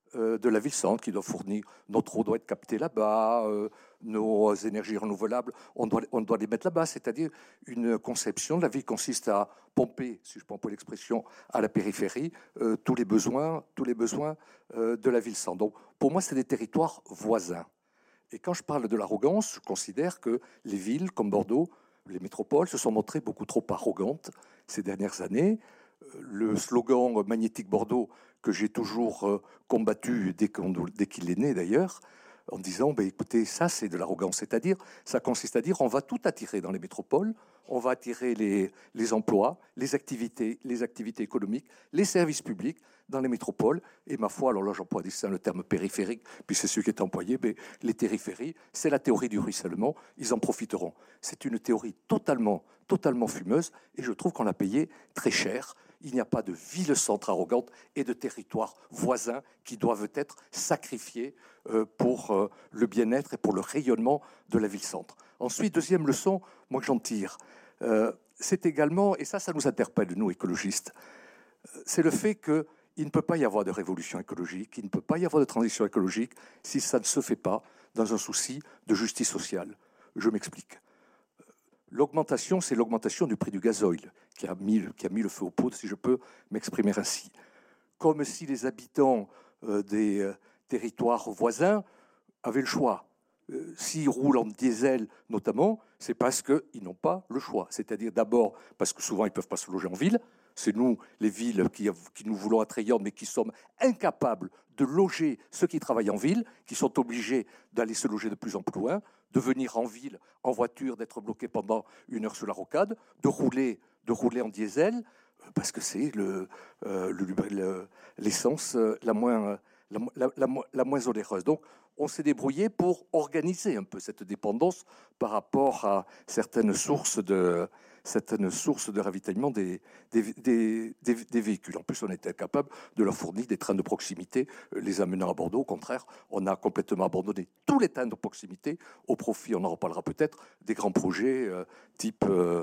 euh, de la ville-centre qui doit fournir, notre eau doit être captée là-bas, euh, nos énergies renouvelables, on doit, on doit les mettre là-bas. C'est-à-dire une conception de la ville consiste à pomper, si je peux employer l'expression, à la périphérie, euh, tous les besoins, tous les besoins euh, de la ville-centre. Donc, pour moi, c'est des territoires voisins. Et quand je parle de l'arrogance, je considère que les villes comme Bordeaux, les métropoles, se sont montrées beaucoup trop arrogantes ces dernières années. Le slogan Magnétique Bordeaux, que j'ai toujours euh, combattu dès, qu'on, dès qu'il est né d'ailleurs, en disant, ben, écoutez, ça c'est de l'arrogance, c'est-à-dire, ça consiste à dire, on va tout attirer dans les métropoles, on va attirer les, les emplois, les activités, les activités économiques, les services publics dans les métropoles, et ma foi, alors là j'emploie le terme périphérique, puis c'est celui qui est employé, mais les périphéries, c'est la théorie du ruissellement, ils en profiteront. C'est une théorie totalement, totalement fumeuse, et je trouve qu'on l'a payée très cher. Il n'y a pas de ville-centre arrogante et de territoires voisins qui doivent être sacrifiés euh, pour euh, le bien-être et pour le rayonnement de la ville-centre. Ensuite, deuxième leçon, moi que j'en tire, euh, c'est également, et ça, ça nous interpelle, nous écologistes, c'est le fait qu'il ne peut pas y avoir de révolution écologique, il ne peut pas y avoir de transition écologique si ça ne se fait pas dans un souci de justice sociale. Je m'explique. L'augmentation, c'est l'augmentation du prix du gasoil qui a mis, qui a mis le feu aux poudres, si je peux m'exprimer ainsi. Comme si les habitants euh, des euh, territoires voisins avaient le choix. Euh, s'ils roulent en diesel, notamment, c'est parce qu'ils n'ont pas le choix. C'est-à-dire d'abord parce que souvent ils ne peuvent pas se loger en ville. C'est nous, les villes, qui, qui nous voulons attrayantes, mais qui sommes incapables de loger ceux qui travaillent en ville, qui sont obligés d'aller se loger de plus en plus loin, de venir en ville, en voiture, d'être bloqués pendant une heure sur la rocade, de rouler, de rouler en diesel, parce que c'est le, euh, le, le, l'essence la moins, la, la, la, la moins onéreuse. Donc, on s'est débrouillé pour organiser un peu cette dépendance par rapport à certaines sources de, certaines sources de ravitaillement des, des, des, des, des véhicules. En plus, on était capable de leur fournir des trains de proximité, les amenant à Bordeaux. Au contraire, on a complètement abandonné tous les trains de proximité au profit, on en reparlera peut-être, des grands projets euh, type euh,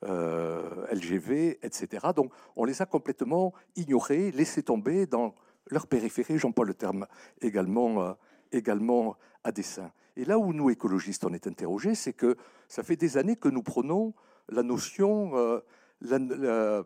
euh, L G V, et cetera. Donc, on les a complètement ignorés, laissés tomber dans leur périphérie. J'emploie le terme également... Euh, également à dessein. Et là où nous, écologistes, on est interrogés, c'est que ça fait des années que nous prenons la notion, euh, la, la,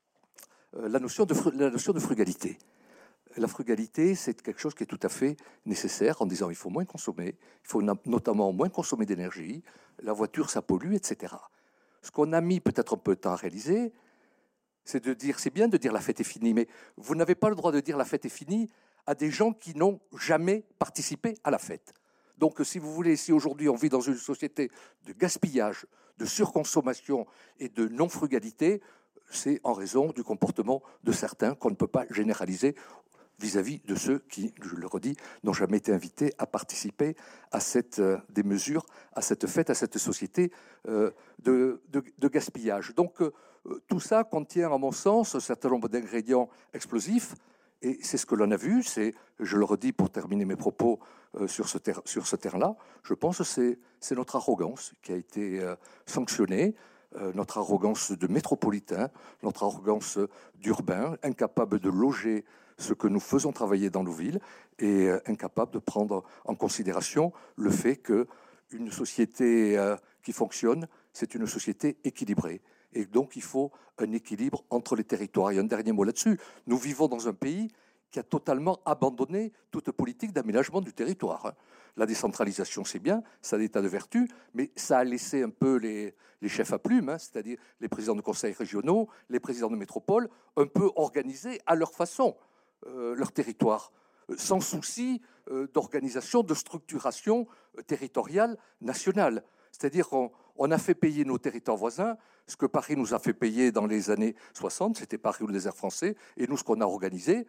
la, notion de, la notion de frugalité. La frugalité, c'est quelque chose qui est tout à fait nécessaire en disant il faut moins consommer, il faut notamment moins consommer d'énergie, la voiture, ça pollue, et cetera. Ce qu'on a mis peut-être un peu de temps à réaliser, c'est de dire, c'est bien de dire la fête est finie, mais vous n'avez pas le droit de dire la fête est finie à des gens qui n'ont jamais participé à la fête. Donc, si vous voulez, si aujourd'hui on vit dans une société de gaspillage, de surconsommation et de non-frugalité, c'est en raison du comportement de certains qu'on ne peut pas généraliser vis-à-vis de ceux qui, je le redis, n'ont jamais été invités à participer à cette, euh, des mesures, à cette fête, à cette société euh, de, de, de gaspillage. Donc, euh, tout ça contient, à mon sens, un certain nombre d'ingrédients explosifs. Et c'est ce que l'on a vu, c'est, je le redis pour terminer mes propos euh, sur ce, ter- sur ce terrain-là, je pense que c'est, c'est notre arrogance qui a été euh, sanctionnée, euh, notre arrogance de métropolitain, notre arrogance d'urbain, incapable de loger ce que nous faisons travailler dans nos villes et euh, incapable de prendre en considération le fait qu'une société euh, qui fonctionne, c'est une société équilibrée. Et donc, il faut un équilibre entre les territoires. Et un dernier mot là-dessus. Nous vivons dans un pays qui a totalement abandonné toute politique d'aménagement du territoire. La décentralisation, c'est bien, ça a des tas de vertus, mais ça a laissé un peu les, les chefs à plumes, hein, c'est-à-dire les présidents de conseils régionaux, les présidents de métropole, un peu organiser à leur façon euh, leur territoire, sans souci euh, d'organisation, de structuration euh, territoriale nationale. C'est-à-dire qu'on on a fait payer nos territoires voisins. Ce que Paris nous a fait payer dans les années soixante, c'était Paris ou le désert français. Et nous, ce qu'on a organisé,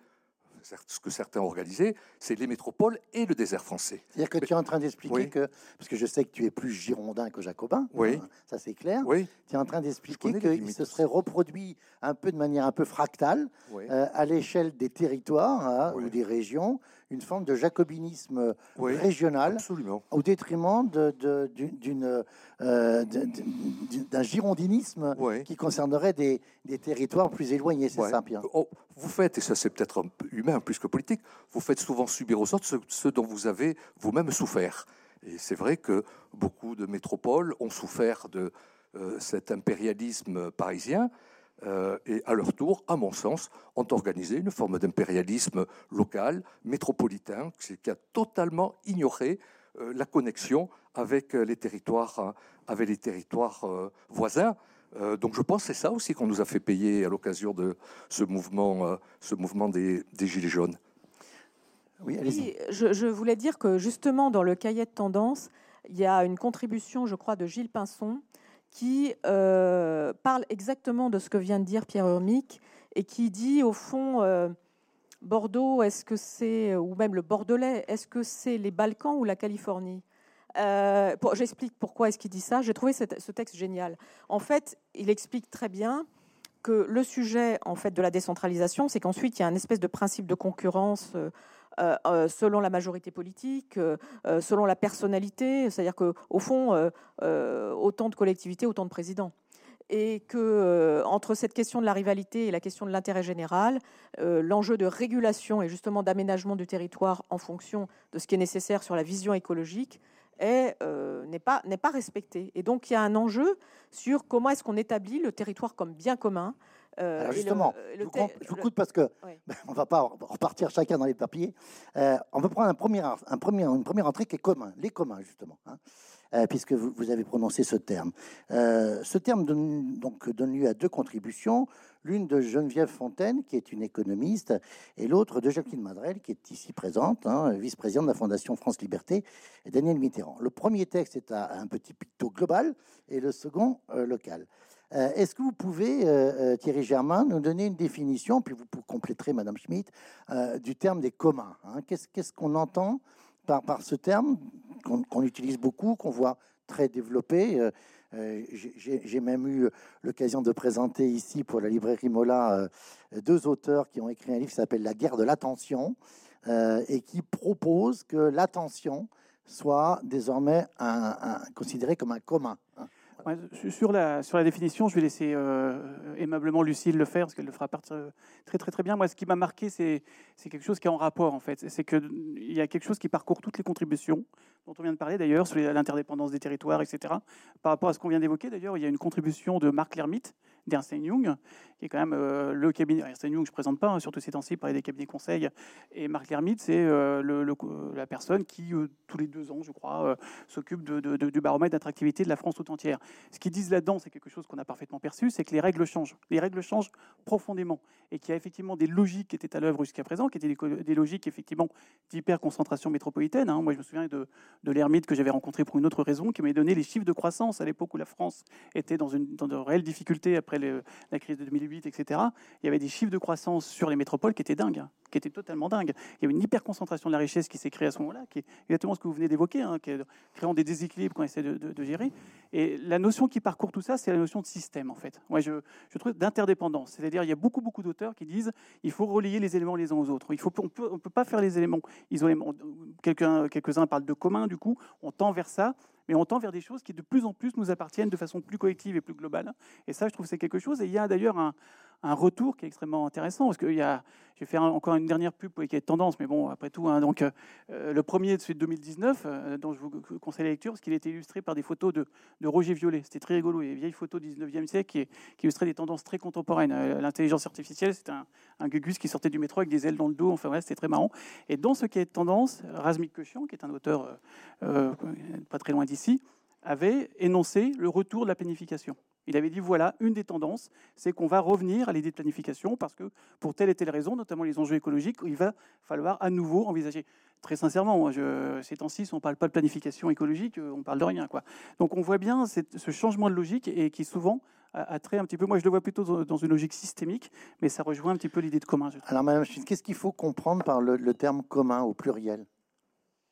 ce que certains ont organisé, c'est les métropoles et le désert français. C'est-à-dire que Mais, tu es en train d'expliquer oui. que, parce que je sais que tu es plus girondin que jacobin, oui. hein, ça c'est clair, oui. tu es en train d'expliquer qu'il se serait reproduit un peu de manière un peu fractale oui. euh, à l'échelle des territoires hein, oui. ou des régions, une forme de jacobinisme Oui, régional absolument. au détriment de, de, d'une, d'une, euh, de- de- d'un girondinisme Oui. qui concernerait des, des territoires plus éloignés, c'est Ouais. ça, Pierre? Oh, vous faites, et ça c'est peut-être un peu humain plus que politique, vous faites souvent subir aux autres ce, ce dont vous avez vous-même souffert. Et c'est vrai que beaucoup de métropoles ont souffert de euh, cet impérialisme parisien euh, et à leur tour, à mon sens, ont organisé une forme d'impérialisme local, métropolitain, qui qui a totalement ignoré euh, la connexion avec les territoires, euh, avec les territoires euh, voisins. Euh, donc je pense que c'est ça aussi qu'on nous a fait payer à l'occasion de ce mouvement, euh, ce mouvement des, des Gilets jaunes. Oui, allez-y. Oui, je, je voulais dire que justement, dans le cahier de tendance, il y a une contribution, je crois, de Gilles Pinson qui euh, parle exactement de ce que vient de dire Pierre Urmic et qui dit, au fond, euh, Bordeaux, est-ce que c'est, ou même le Bordelais, est-ce que c'est les Balkans ou la Californie? euh, pour, J'explique pourquoi est-ce qu'il dit ça. J'ai trouvé cette, ce texte génial. En fait, il explique très bien que le sujet en fait, de la décentralisation, c'est qu'ensuite, il y a un espèce de principe de concurrence euh, Euh, euh, selon la majorité politique, euh, euh, selon la personnalité, c'est-à-dire qu'au fond, euh, euh, autant de collectivités, autant de présidents. Et que euh, entre cette question de la rivalité et la question de l'intérêt général, euh, l'enjeu de régulation et justement d'aménagement du territoire en fonction de ce qui est nécessaire sur la vision écologique est, euh, n'est pas, n'est pas respecté. Et donc il y a un enjeu sur comment est-ce qu'on établit le territoire comme bien commun. Euh, Alors justement, le, le je, vous compte, je vous coupe parce que oui. ben, on ne va pas repartir chacun dans les papiers. Euh, on va prendre un premier, un premier, une première entrée qui est commun, les communs justement, hein, euh, puisque vous, vous avez prononcé ce terme. Euh, ce terme donne, donc, donne lieu à deux contributions, l'une de Geneviève Fontaine, qui est une économiste, et l'autre de Jacqueline Madrel, qui est ici présente, hein, vice-présidente de la Fondation France Liberté, et Daniel Mitterrand. Le premier texte est à un petit picto global et le second euh, local. Euh, est-ce que vous pouvez, euh, Thierry Germain, nous donner une définition, puis vous compléterez, Madame Schmitt, euh, du terme des communs, hein? Qu'est-ce, qu'est-ce qu'on entend par, par ce terme qu'on, qu'on utilise beaucoup, qu'on voit très développé? euh, euh, j'ai, j'ai même eu l'occasion de présenter ici pour la librairie Mola euh, deux auteurs qui ont écrit un livre qui s'appelle La guerre de l'attention euh, et qui propose que l'attention soit désormais un, un, considérée comme un commun, hein. Ouais, sur, la, sur la définition, je vais laisser euh, aimablement Lucille le faire, parce qu'elle le fera partir très très très bien. Moi, ce qui m'a marqué, c'est, c'est quelque chose qui est en rapport, en fait. C'est qu'il y a quelque chose qui parcourt toutes les contributions, dont on vient de parler d'ailleurs, sur l'interdépendance des territoires, et cetera. Par rapport à ce qu'on vient d'évoquer, d'ailleurs, il y a une contribution de Marc Lermite, d'Ernst and Young, qui est quand même euh, le cabinet. Ernst and Young, je ne présente pas, hein, surtout ces temps-ci, parler des cabinets conseils. Et Marc Lermite, c'est euh, le, le, la personne qui, euh, tous les deux ans, je crois, euh, s'occupe de, de, de, du baromètre d'attractivité de la France tout entière. Ce qu'ils disent là-dedans, c'est quelque chose qu'on a parfaitement perçu, c'est que les règles changent. Les règles changent profondément. Et qu'il y a effectivement des logiques qui étaient à l'œuvre jusqu'à présent, qui étaient des, des logiques, effectivement, d'hyper-concentration métropolitaine. Hein. Moi, je me souviens de, de Lermite que j'avais rencontré pour une autre raison, qui m'avait donné les chiffres de croissance à l'époque où la France était dans, une, dans de réelles difficultés après le, la crise de deux mille huit, et cetera. Il y avait des chiffres de croissance sur les métropoles qui étaient dingues, hein, qui étaient totalement dingues. Il y avait une hyper-concentration de la richesse qui s'est créée à ce moment-là, qui est exactement ce que vous venez d'évoquer, hein, qui est créant des déséquilibres qu'on essaie de, de, de gérer. Et la notion qui parcourt tout ça, c'est la notion de système, en fait. Moi, je, je trouve d'interdépendance. C'est-à-dire, il y a beaucoup, beaucoup d'auteurs qui disent il faut relier les éléments les uns aux autres. Il faut, on ne peut, on peut pas faire les éléments isolément. Quelqu'un, quelques-uns parlent de commun, du coup, on tend vers ça, mais on tend vers des choses qui de plus en plus nous appartiennent de façon plus collective et plus globale. Et ça, je trouve que c'est quelque chose. Et il y a d'ailleurs un, un retour qui est extrêmement intéressant, parce qu'il y a, je vais faire encore une dernière pub pour les cahiers de tendance, mais bon, après tout, hein, donc, euh, le premier de celui de deux mille dix-neuf, euh, dont je vous conseille la lecture, parce qu'il était illustré par des photos de, de Roger Violet. C'était très rigolo, il y a des vieilles photos du dix-neuvième siècle qui, qui illustraient des tendances très contemporaines. Euh, l'intelligence artificielle, c'était un, un gugus qui sortait du métro avec des ailes dans le dos, enfin ouais, c'était très marrant. Et dans ce cahier de tendance, Razmik Kochian, qui est un auteur euh, euh, pas très loin d'ici, avait énoncé le retour de la planification. Il avait dit, voilà, une des tendances, c'est qu'on va revenir à l'idée de planification parce que pour telle et telle raison, notamment les enjeux écologiques, il va falloir à nouveau envisager. Très sincèrement, moi, je, ces temps-ci, si on ne parle pas de planification écologique, on parle de rien, quoi. Donc on voit bien cette, ce changement de logique et qui souvent a, a trait un petit peu, moi je le vois plutôt dans une logique systémique, mais ça rejoint un petit peu l'idée de commun. Alors Madame Schmitt, qu'est-ce qu'il faut comprendre par le, le terme commun au pluriel ?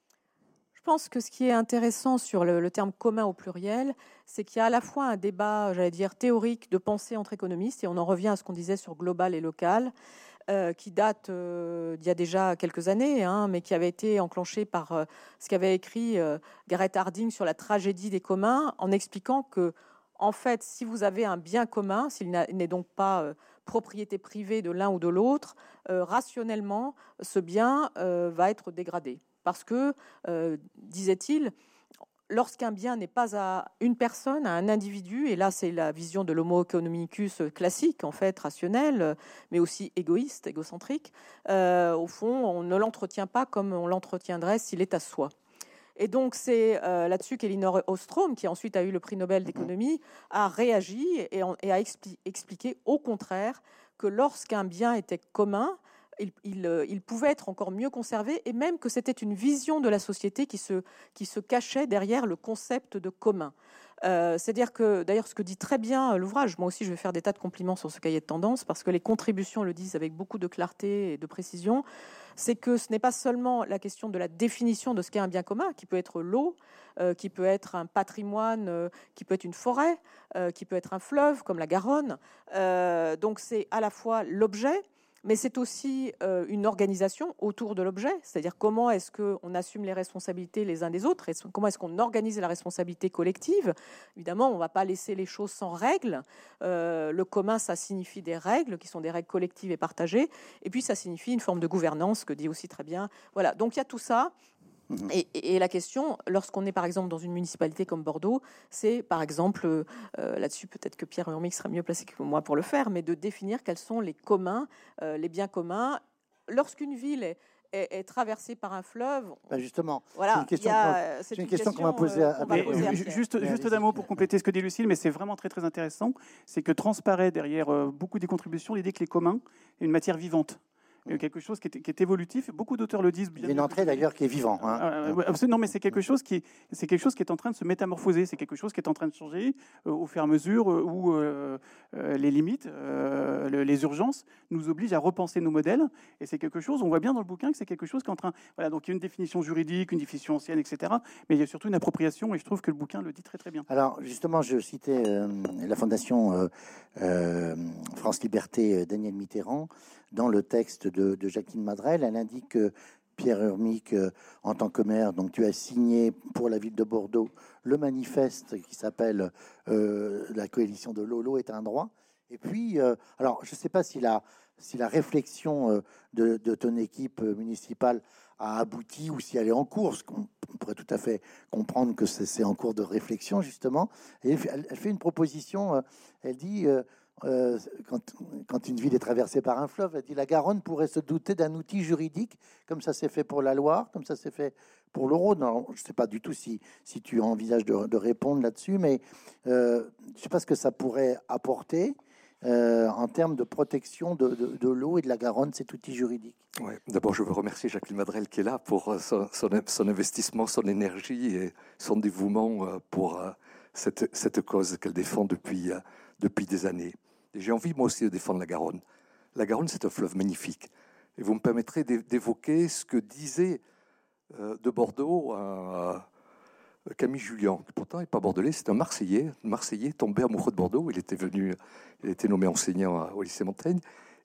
Je pense que ce qui est intéressant sur le, le terme commun au pluriel, c'est qu'il y a à la fois un débat, j'allais dire, théorique de pensée entre économistes, et on en revient à ce qu'on disait sur global et local, euh, qui date euh, d'il y a déjà quelques années, hein, mais qui avait été enclenché par euh, ce qu'avait écrit euh, Garrett Harding sur la tragédie des communs, en expliquant que, en fait, si vous avez un bien commun, s'il n'est donc pas euh, propriété privée de l'un ou de l'autre, euh, rationnellement, ce bien euh, va être dégradé. Parce que, euh, disait-il, lorsqu'un bien n'est pas à une personne, à un individu, et là c'est la vision de l'homo economicus classique, en fait, rationnelle, mais aussi égoïste, égocentrique, euh, au fond, on ne l'entretient pas comme on l'entretiendrait s'il est à soi. Et donc c'est euh, là-dessus qu'Elinor Ostrom, qui ensuite a eu le prix Nobel d'économie, a réagi et, en, et a expli- expliqué au contraire que lorsqu'un bien était commun, Il, il, il pouvait être encore mieux conservé, et même que c'était une vision de la société qui se, qui se cachait derrière le concept de commun. Euh, c'est-à-dire que, d'ailleurs, ce que dit très bien l'ouvrage, moi aussi je vais faire des tas de compliments sur ce cahier de tendance, parce que les contributions le disent avec beaucoup de clarté et de précision, c'est que ce n'est pas seulement la question de la définition de ce qu'est un bien commun, qui peut être l'eau, euh, qui peut être un patrimoine, euh, qui peut être une forêt, euh, qui peut être un fleuve comme la Garonne. Euh, donc c'est à la fois l'objet, mais c'est aussi euh, une organisation autour de l'objet, c'est-à-dire comment est-ce qu'on assume les responsabilités les uns des autres, et comment est-ce qu'on organise la responsabilité collective. Évidemment, on ne va pas laisser les choses sans règles. Euh, le commun, ça signifie des règles, qui sont des règles collectives et partagées, et puis ça signifie une forme de gouvernance, que dit aussi très bien. Voilà, donc il y a tout ça. Et, et, et la question, lorsqu'on est par exemple dans une municipalité comme Bordeaux, c'est par exemple, euh, là-dessus peut-être que Pierre Urmic sera mieux placé que moi pour le faire, mais de définir quels sont les communs, euh, les biens communs. Lorsqu'une ville est, est, est traversée par un fleuve... Ben justement, voilà, c'est une question, a, c'est une question qu'on m'a posée à, à mais, à Juste, mais juste d'un mot pour compléter ce que dit Lucille, mais c'est vraiment très très intéressant, c'est que transparaît derrière euh, beaucoup des contributions l'idée que les communs est une matière vivante. Quelque chose qui est, qui est évolutif. Beaucoup d'auteurs le disent. Il y a une entrée d'ailleurs qui est vivant. Hein. Euh, non, mais c'est quelque chose qui, c'est quelque chose qui est en train de se métamorphoser. C'est quelque chose qui est en train de changer euh, au fur et à mesure euh, où euh, euh, les limites, euh, le, les urgences nous obligent à repenser nos modèles. Et c'est quelque chose. On voit bien dans le bouquin que c'est quelque chose qui est en train. Voilà. Donc il y a une définition juridique, une définition ancienne, et cetera. Mais il y a surtout une appropriation. Et je trouve que le bouquin le dit très très bien. Alors justement, je citais euh, la fondation euh, euh, France Liberté euh, Daniel Mitterrand. Dans le texte de, de Jacqueline Madrel, elle indique que Pierre Urmic, euh, en tant que maire, donc tu as signé pour la ville de Bordeaux le manifeste qui s'appelle euh, la coalition de l'eau, l'eau est un droit. Et puis, euh, alors je ne sais pas si la, si la réflexion euh, de, de ton équipe municipale a abouti ou si elle est en cours. On, on pourrait tout à fait comprendre que c'est, c'est en cours de réflexion justement. Et elle, elle fait une proposition. Euh, elle dit euh, Euh, quand, quand une ville est traversée par un fleuve, elle dit la Garonne pourrait se douter d'un outil juridique, comme ça s'est fait pour la Loire, comme ça s'est fait pour le Rhône. Alors, je ne sais pas du tout si, si tu envisages de, de répondre là-dessus, mais euh, je ne sais pas ce que ça pourrait apporter euh, en termes de protection de, de, de l'eau et de la Garonne, cet outil juridique. Ouais. D'abord, je veux remercier Jacqueline Madrel qui est là pour son, son, son investissement, son énergie et son dévouement pour cette, cette cause qu'elle défend depuis, depuis des années. Et j'ai envie, moi aussi, de défendre la Garonne. La Garonne, c'est un fleuve magnifique. Et vous me permettrez d'évoquer ce que disait euh, de Bordeaux euh, Camille Julien, qui pourtant n'est pas bordelais, c'est un Marseillais, un Marseillais tombé amoureux de Bordeaux. Il était venu, il était nommé enseignant au lycée Montaigne.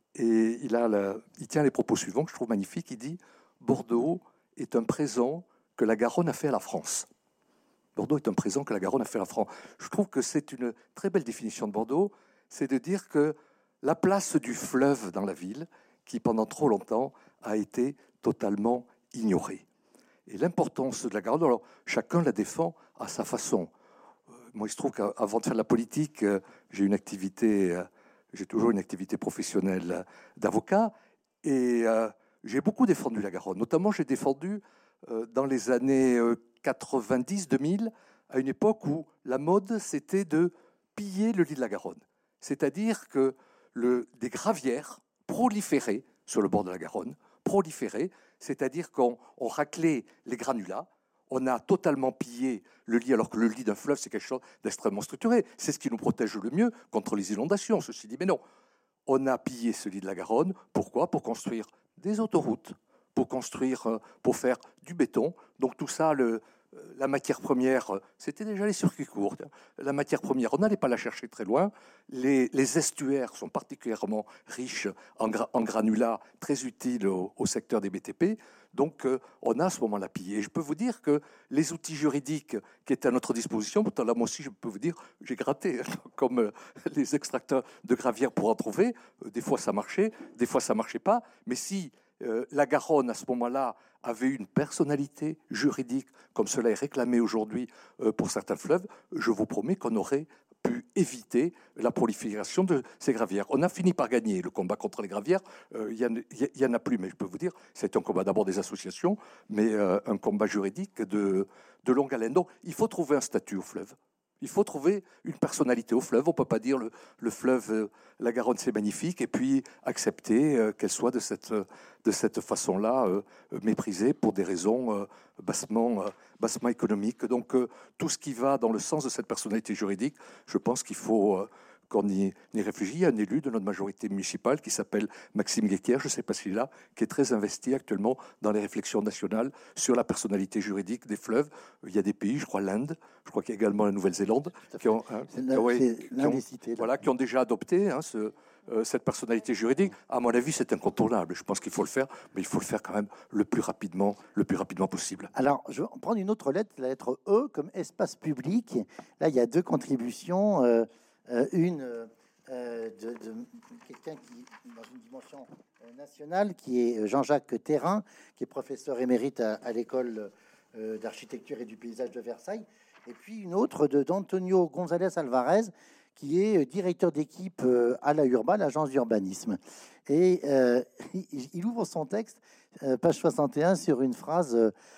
Et il, a la, il tient les propos suivants, que je trouve magnifiques. Il dit « Bordeaux est un présent que la Garonne a fait à la France ». Bordeaux est un présent que la Garonne a fait à la France. Je trouve que c'est une très belle définition de Bordeaux. C'est de dire que la place du fleuve dans la ville, qui pendant trop longtemps a été totalement ignorée. Et l'importance de la Garonne, alors chacun la défend à sa façon. Euh, moi, il se trouve qu'avant de faire de la politique, euh, j'ai une activité, euh, j'ai toujours une activité professionnelle euh, d'avocat, et euh, j'ai beaucoup défendu la Garonne. Notamment, j'ai défendu euh, dans les années euh, quatre-vingt-dix deux mille, à une époque où la mode, c'était de piller le lit de la Garonne. C'est-à-dire que le, des gravières proliféraient sur le bord de la Garonne, proliféraient, c'est-à-dire qu'on on raclait les granulats, on a totalement pillé le lit, alors que le lit d'un fleuve, c'est quelque chose d'extrêmement structuré. C'est ce qui nous protège le mieux contre les inondations, ceci dit. Mais non, on a pillé ce lit de la Garonne. Pourquoi ? Pour construire des autoroutes, pour construire, pour faire du béton. Donc tout ça, le, la matière première, c'était déjà les circuits courts. La matière première, on n'allait pas la chercher très loin. Les, les estuaires sont particulièrement riches en, gra, en granulats, très utiles au, au secteur des B T P. Donc, euh, on a à ce moment-là pillé. Et je peux vous dire que les outils juridiques qui étaient à notre disposition, pourtant là, moi aussi, je peux vous dire, j'ai gratté, comme euh, les extracteurs de gravière pour en trouver. Euh, des fois, ça marchait, des fois, ça marchait pas. Mais si euh, la Garonne, à ce moment-là, avait une personnalité juridique, comme cela est réclamé aujourd'hui euh, pour certains fleuves, je vous promets qu'on aurait pu éviter la prolifération de ces gravières. On a fini par gagner le combat contre les gravières. Il euh, y, y en a plus, mais je peux vous dire, c'est un combat d'abord des associations, mais euh, un combat juridique de, de longue haleine. Donc, il faut trouver un statut au fleuve. Il faut trouver une personnalité au fleuve. On ne peut pas dire le, le fleuve, euh, la Garonne, c'est magnifique, et puis accepter euh, qu'elle soit de cette, de cette façon-là euh, méprisée pour des raisons euh, bassement, euh, bassement économiques. Donc, euh, tout ce qui va dans le sens de cette personnalité juridique, je pense qu'il faut... Euh, qu'on y, y réfléchit. Il y a un élu de notre majorité municipale qui s'appelle Maxime Guéquière, je ne sais pas s'il est là, qui est très investi actuellement dans les réflexions nationales sur la personnalité juridique des fleuves. Il y a des pays, je crois l'Inde, je crois qu'il y a également la Nouvelle-Zélande, qui ont, hein, qui, ouais, qui, ont, cités, voilà, qui ont déjà adopté hein, ce, euh, cette personnalité juridique. À mon avis, c'est incontournable. Je pense qu'il faut le faire, mais il faut le faire quand même le plus rapidement, le plus rapidement possible. Alors, je vais prendre une autre lettre, la lettre E, comme espace public. Là, il y a deux contributions. Euh, Euh, une euh, de, de quelqu'un qui dans une dimension euh, nationale, qui est Jean-Jacques Thérin, qui est professeur émérite à, à l'école euh, d'architecture et du paysage de Versailles, et puis une autre de d'Antonio González Alvarez, qui est directeur d'équipe euh, à la Urba, l'agence d'urbanisme. Et euh, il, il ouvre son texte, euh, page soixante et un, sur une phrase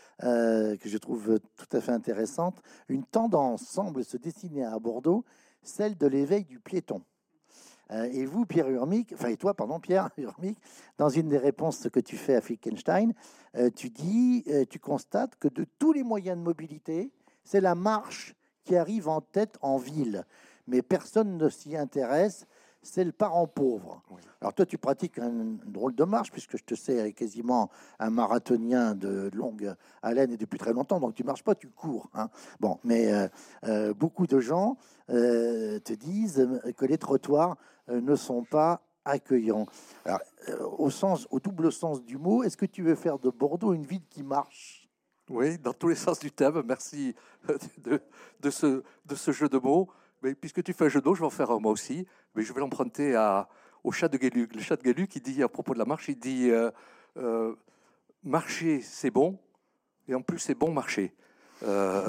euh, que je trouve tout à fait intéressante. Une tendance semble se dessiner à Bordeaux, celle de l'éveil du piéton. Euh, et vous, Pierre Urmic, enfin, et toi, pardon, Pierre Urmic, dans une des réponses que tu fais à Finckenstein, euh, tu dis, euh, tu constates que de tous les moyens de mobilité, c'est la marche qui arrive en tête en ville. Mais personne ne s'y intéresse, c'est le parent pauvre. Oui. Alors toi, tu pratiques un drôle de marche, puisque je te sais quasiment un marathonien de longue haleine et depuis très longtemps, donc tu marches pas, tu cours. Hein. Bon, mais euh, euh, beaucoup de gens euh, te disent que les trottoirs euh, ne sont pas accueillants. Alors, euh, au sens, au double sens du mot, est-ce que tu veux faire de Bordeaux une ville qui marche ? Oui, dans tous les sens du terme. Merci de, de, ce, de ce jeu de mots. Mais puisque tu fais un jeu d'eau, je vais en faire un moi aussi. Mais je vais l'emprunter à, au chat de Guélu. Le chat de Guélu qui dit, à propos de la marche, il dit euh, euh, marcher, c'est bon, et en plus, c'est bon marcher. Euh,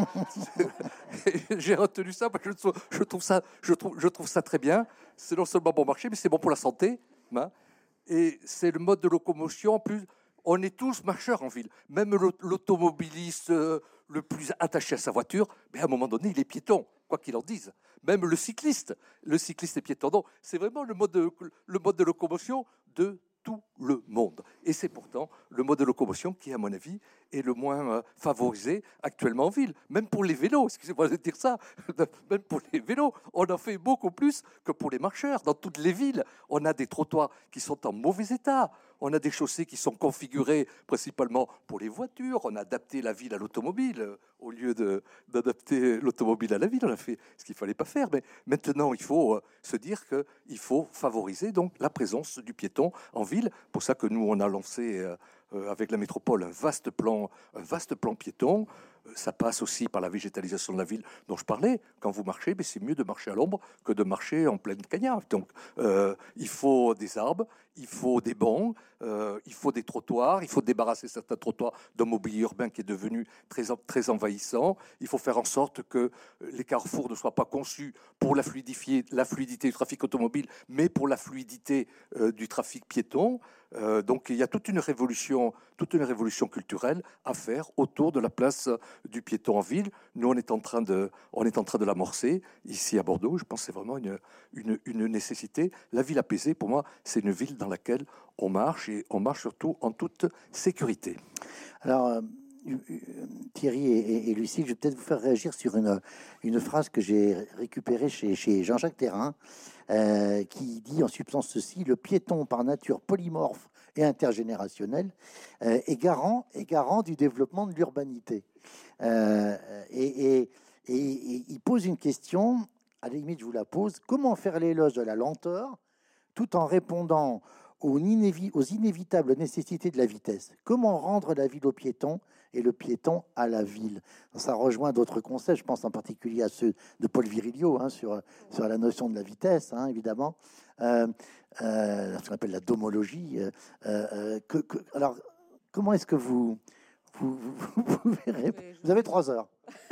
j'ai retenu ça parce que je, je, trouve ça, je, trouve, je trouve ça très bien. C'est non seulement bon marcher, mais c'est bon pour la santé. Hein, et c'est le mode de locomotion. En plus, on est tous marcheurs en ville. Même l'automobiliste euh, le plus attaché à sa voiture, mais à un moment donné, il est piéton, quoi qu'il en dise. Même le cycliste, le cycliste est piéton. Donc, c'est vraiment le mode de, le mode de locomotion de tout le monde. Et c'est pourtant le mode de locomotion qui, à mon avis, est le moins euh, favorisé actuellement en ville. Même pour les vélos, excusez-moi de dire ça, même pour les vélos, on en fait beaucoup plus que pour les marcheurs. Dans toutes les villes, on a des trottoirs qui sont en mauvais état. On a des chaussées qui sont configurées principalement pour les voitures. On a adapté la ville à l'automobile. Euh, au lieu de, d'adapter l'automobile à la ville, on a fait ce qu'il ne fallait pas faire. Mais maintenant, il faut euh, se dire qu'il faut favoriser donc, la présence du piéton en ville. Pour ça que nous, on a lancé euh, euh, avec la métropole un vaste plan, un vaste plan piéton. Ça passe aussi par la végétalisation de la ville dont je parlais. Quand vous marchez, mais c'est mieux de marcher à l'ombre que de marcher en pleine cagnard. Donc, euh, il faut des arbres, il faut des bancs, euh, il faut des trottoirs, il faut débarrasser certains trottoirs d'un mobilier urbain qui est devenu très, très envahissant. Il faut faire en sorte que les carrefours ne soient pas conçus pour la, fluidifier, la fluidité du trafic automobile, mais pour la fluidité euh, du trafic piéton. Euh, donc, il y a toute une révolution, toute une révolution culturelle à faire autour de la place du piéton en ville. Nous, on est en train de, on est en train de l'amorcer ici à Bordeaux. Je pense que c'est vraiment une, une, une nécessité. La ville apaisée, pour moi, c'est une ville dans laquelle on marche et on marche surtout en toute sécurité. Alors, Thierry et, et Lucille, je vais peut-être vous faire réagir sur une, une phrase que j'ai récupérée chez, chez Jean-Jacques Thérin, euh, qui dit en substance ceci: le piéton par nature polymorphe et intergénérationnel euh, est, garant, est garant du développement de l'urbanité. Euh, et, et, et, et il pose une question, à la limite je vous la pose: comment faire l'éloge de la lenteur tout en répondant aux, inévi- aux inévitables nécessités de la vitesse? Comment rendre la ville au piéton et le piéton à la ville? Ça rejoint d'autres concepts, je pense en particulier à ceux de Paul Virilio, hein, sur, sur la notion de la vitesse, hein, évidemment, euh, euh, ce qu'on appelle la domologie. Euh, euh, que, que, alors, comment est-ce que vous, vous, vous, vous pouvez répondre? Vous avez trois heures.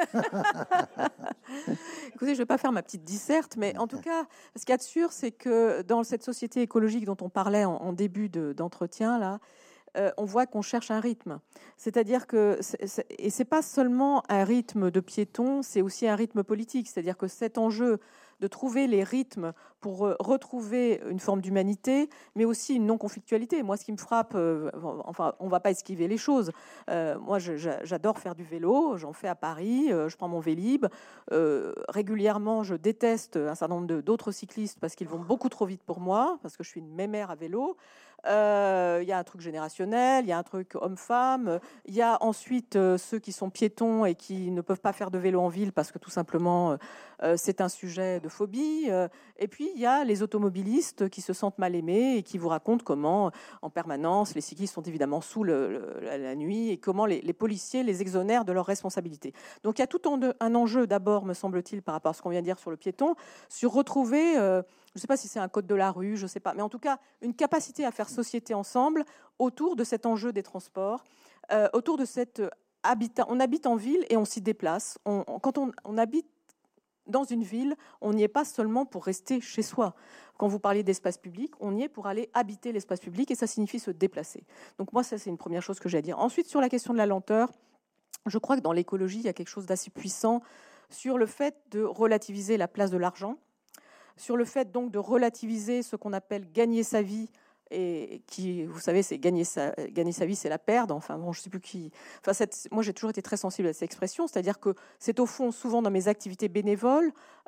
Écoutez, je ne vais pas faire ma petite disserte, mais en tout cas, ce qu'il y a de sûr, c'est que dans cette société écologique dont on parlait en, en début de, d'entretien, là, euh, on voit qu'on cherche un rythme. C'est-à-dire que, c'est, c'est, et c'est pas seulement un rythme de piéton, c'est aussi un rythme politique. C'est-à-dire que cet enjeu de trouver les rythmes pour retrouver une forme d'humanité, mais aussi une non-conflictualité. Moi, ce qui me frappe, euh, enfin, on ne va pas esquiver les choses. Euh, moi, je, j'adore faire du vélo, j'en fais à Paris, euh, je prends mon Vélib. Euh, régulièrement, je déteste un certain nombre de, d'autres cyclistes parce qu'ils vont beaucoup trop vite pour moi, parce que je suis une mémère à vélo. Il euh, y a un truc générationnel, il y a un truc homme-femme, il y a ensuite euh, ceux qui sont piétons et qui ne peuvent pas faire de vélo en ville parce que tout simplement euh, c'est un sujet de phobie. Euh, et puis il y a les automobilistes qui se sentent mal aimés et qui vous racontent comment en permanence les cyclistes sont évidemment sous le, le, la, la nuit et comment les, les policiers les exonèrent de leurs responsabilités. Donc il y a tout un, un enjeu d'abord, me semble-t-il, par rapport à ce qu'on vient de dire sur le piéton, sur retrouver... Euh, je ne sais pas si c'est un code de la rue, je ne sais pas, mais en tout cas, une capacité à faire société ensemble autour de cet enjeu des transports, euh, autour de cette habitat. On habite en ville et on s'y déplace. On, on, quand on, on habite dans une ville, on n'y est pas seulement pour rester chez soi. Quand vous parlez d'espace public, on y est pour aller habiter l'espace public et ça signifie se déplacer. Donc moi, ça, c'est une première chose que j'ai à dire. Ensuite, sur la question de la lenteur, je crois que dans l'écologie, il y a quelque chose d'assez puissant sur le fait de relativiser la place de l'argent, sur le fait donc de relativiser ce qu'on appelle gagner sa vie, et qui, vous savez, c'est gagner sa, gagner sa vie, c'est la perdre. Enfin, bon, je sais plus qui. Enfin, cette, moi, j'ai toujours été très sensible à cette expression, c'est-à-dire que c'est au fond souvent dans mes activités bénévoles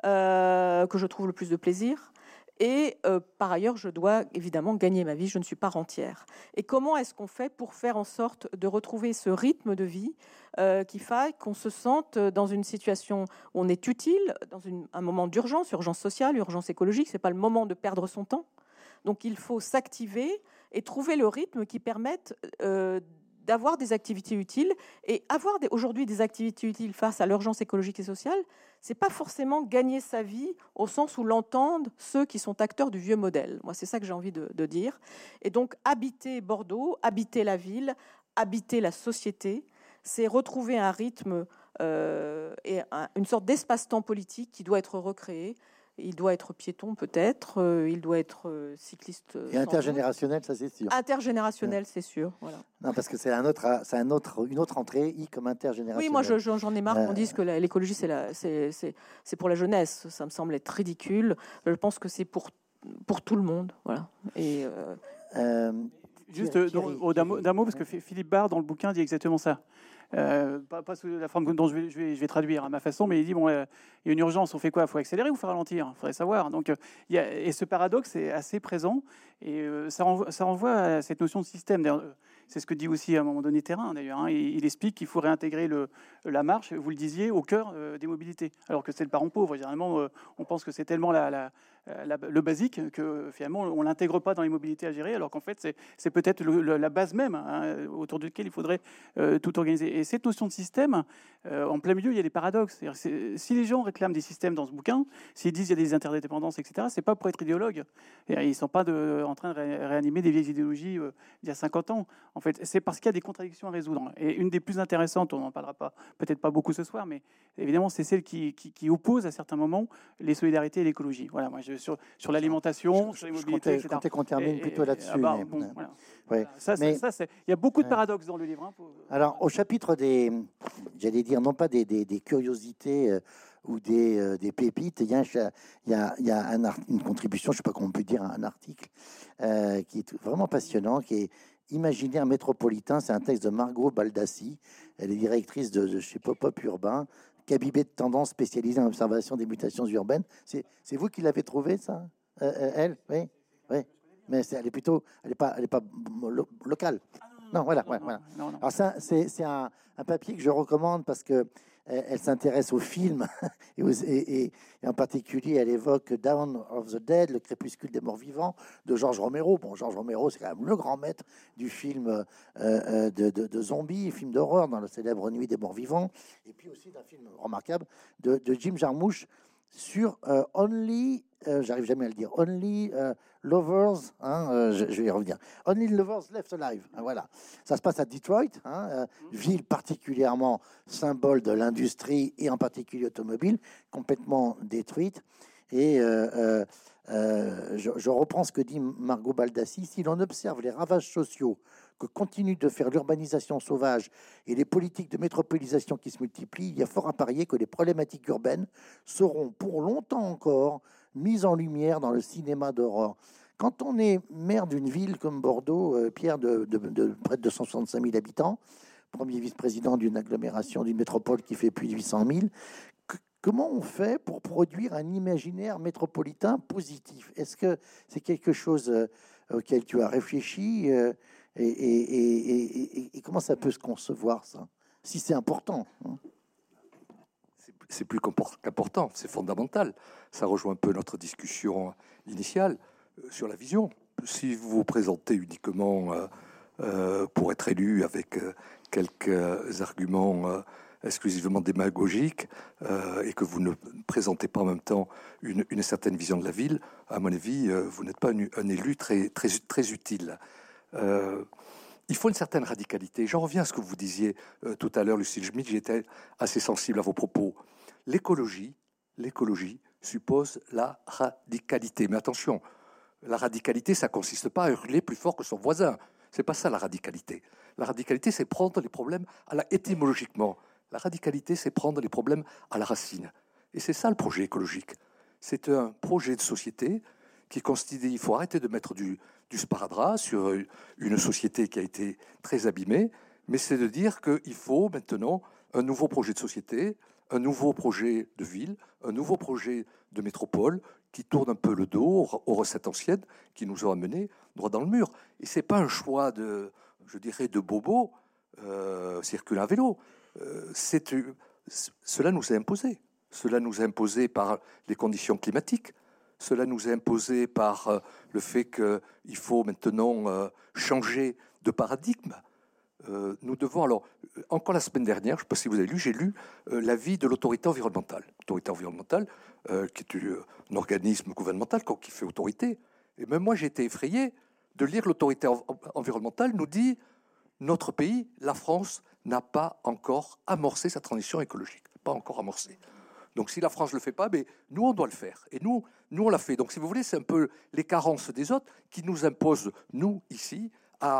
euh, que je trouve le plus de plaisir. Et euh, par ailleurs, je dois évidemment gagner ma vie, je ne suis pas rentière. Et comment est-ce qu'on fait pour faire en sorte de retrouver ce rythme de vie euh, qui fasse qu'on se sente dans une situation où on est utile, dans une, un moment d'urgence, urgence sociale, urgence écologique, ce n'est pas le moment de perdre son temps. Donc il faut s'activer et trouver le rythme qui permette euh, d'avoir des activités utiles. Et avoir des, aujourd'hui des activités utiles face à l'urgence écologique et sociale, c'est pas forcément gagner sa vie au sens où l'entendent ceux qui sont acteurs du vieux modèle. Moi, c'est ça que j'ai envie de, de dire. Et donc, habiter Bordeaux, habiter la ville, habiter la société, c'est retrouver un rythme euh, et un, une sorte d'espace-temps politique qui doit être recréé. Il doit être piéton peut-être, euh, il doit être euh, cycliste. Et intergénérationnel, ça c'est sûr. Intergénérationnel, ouais. C'est sûr. Voilà. Non, parce que c'est un autre, c'est un autre, une autre entrée, I comme intergénérationnel. Oui, moi je, j'en ai marre euh... qu'on dise que la, l'écologie c'est, la, c'est, c'est, c'est pour la jeunesse. Ça me semble être ridicule. Je pense que c'est pour, pour tout le monde. Voilà. Et, euh... Euh, Juste Thierry, dans, Thierry, d'un, mot, d'un mot, parce que Philippe Barre, dans le bouquin, dit exactement ça. Euh, pas, pas sous la forme dont je vais, je vais, je vais traduire à ma façon, mais il dit bon, euh, il y a une urgence, on fait quoi? Il faut accélérer ou faut ralentir? Il faudrait savoir. Donc, euh, il y a, et ce paradoxe est assez présent, et euh, ça, renvoie, ça renvoie à cette notion de système. D'ailleurs, c'est ce que dit aussi à un moment donné Thérin, d'ailleurs. Hein, il, il explique qu'il faut réintégrer le, la marche, vous le disiez, au cœur euh, des mobilités, alors que c'est le parent pauvre. Généralement, euh, on pense que c'est tellement la, la, la, le basique que finalement on ne l'intègre pas dans les mobilités à gérer, alors qu'en fait, c'est, c'est peut-être le, le, la base même hein, autour de laquelle il faudrait euh, tout organiser. Et cette notion de système, euh, en plein milieu, il y a des paradoxes. C'est-à-dire, c'est, si les gens réclament des systèmes dans ce bouquin, s'ils disent qu'il y a des interdépendances, et cetera, c'est pas pour être idéologue. Et ils ne sont pas de, en train de ré, réanimer des vieilles idéologies euh, d'il y a cinquante ans. En fait, c'est parce qu'il y a des contradictions à résoudre. Et une des plus intéressantes, on n'en parlera pas, peut-être pas beaucoup ce soir, mais évidemment, c'est celle qui, qui, qui oppose à certains moments les solidarités et l'écologie. Voilà, moi, je, sur, sur l'alimentation, je, sur les mobilités, je comptais, et cetera. Je comptais qu'on termine et, plutôt là-dessus. Ah bah, mais, bon, voilà. Ouais. Voilà. Ça, mais, ça, c'est, il y a beaucoup de paradoxes dans le livre. Hein, pour... Alors, au chapitre des, j'allais dire, non pas des, des, des curiosités euh, ou des, euh, des pépites, il y a, il y a, il y a un art, une contribution, je ne sais pas comment on peut dire, un article euh, qui est vraiment passionnant, qui est Imaginaire métropolitain, c'est un texte de Margot Baldassi. Elle est directrice de, de chez Pop-Up Urbain, cabinet de tendance spécialisé en observation des mutations urbaines. C'est, c'est vous qui l'avez trouvé, ça euh, euh, Elle Oui, oui. Mais c'est, elle est plutôt, elle n'est pas, elle est pas lo- locale. Non, voilà, non, voilà. non, voilà. non, non. Alors ça, c'est, c'est un, un papier que je recommande parce que elle, elle s'intéresse aux films et, aux- et- et- et en particulier, elle évoque Dawn of the Dead, le crépuscule des morts vivants de Georges Romero. Bon, Georges Romero, c'est quand même le grand maître du film euh, euh, de, de, de zombies, film d'horreur dans la célèbre Nuit des morts vivants, et puis aussi d'un film remarquable de, de Jim Jarmusch sur euh, Only, euh, j'arrive jamais à le dire, Only euh, Lovers, hein, euh, je, je vais y revenir, Only Lovers Left Alive, hein, voilà. Ça se passe à Detroit, hein, euh, ville particulièrement symbole de l'industrie et en particulier automobile, complètement détruite. Et euh, euh, euh, je, je reprends ce que dit Margot Baldassi. Si l'on observe les ravages sociaux que continue de faire l'urbanisation sauvage et les politiques de métropolisation qui se multiplient, il y a fort à parier que les problématiques urbaines seront pour longtemps encore mises en lumière dans le cinéma d'horreur. Quand on est maire d'une ville comme Bordeaux, euh, Pierre, de, de, de près de deux cent soixante-cinq mille habitants, premier vice-président d'une agglomération, d'une métropole qui fait plus de huit cent mille, que- comment on fait pour produire un imaginaire métropolitain positif? Est-ce que c'est quelque chose euh, auquel tu as réfléchi euh, et, et, et, et, et comment ça peut se concevoir, ça, si c'est important, hein? C'est- C'est plus qu'impor- qu'important, c'est fondamental. Ça rejoint un peu notre discussion initiale euh, sur la vision. Si vous vous présentez uniquement euh, euh, pour être élu avec euh, quelques arguments euh, exclusivement démagogiques euh, et que vous ne présentez pas en même temps une, une certaine vision de la ville, à mon avis, euh, vous n'êtes pas un, un élu très, très, très utile. Euh, il faut une certaine radicalité. J'en reviens à ce que vous disiez euh, tout à l'heure, Lucille Schmitt. J'étais assez sensible à vos propos. L'écologie, l'écologie suppose la radicalité. Mais attention, la radicalité, ça consiste pas à hurler plus fort que son voisin. C'est pas ça la radicalité. La radicalité, c'est prendre les problèmes à la étymologiquement. La radicalité, c'est prendre les problèmes à la racine. Et c'est ça le projet écologique. C'est un projet de société qui constitue. Il faut arrêter de mettre du, du sparadrap sur une société qui a été très abîmée, mais c'est de dire qu'il faut maintenant un nouveau projet de société, un nouveau projet de ville, un nouveau projet de métropole qui tourne un peu le dos aux recettes anciennes qui nous ont amenés droit dans le mur. Et c'est pas un choix de, je dirais, de bobo euh, circuler à vélo. Euh, c'est, cela nous est imposé. Cela nous est imposé par les conditions climatiques. Cela nous est imposé par euh, le fait qu'il faut maintenant euh, changer de paradigme. Euh, nous devons, alors, encore la semaine dernière, je ne sais pas si vous avez lu, j'ai lu euh, l'avis de l'autorité environnementale. L'autorité environnementale, euh, qui est euh, un organisme gouvernemental qui fait autorité. Et même moi, j'ai été effrayé de lire l'autorité en- environnementale nous dit notre pays, la France, n'a pas encore amorcé sa transition écologique. Pas encore amorcé. Donc si la France ne le fait pas, mais nous, on doit le faire. Et nous, nous on l'a fait. Donc si vous voulez, c'est un peu les carences des autres qui nous imposent, nous, ici, à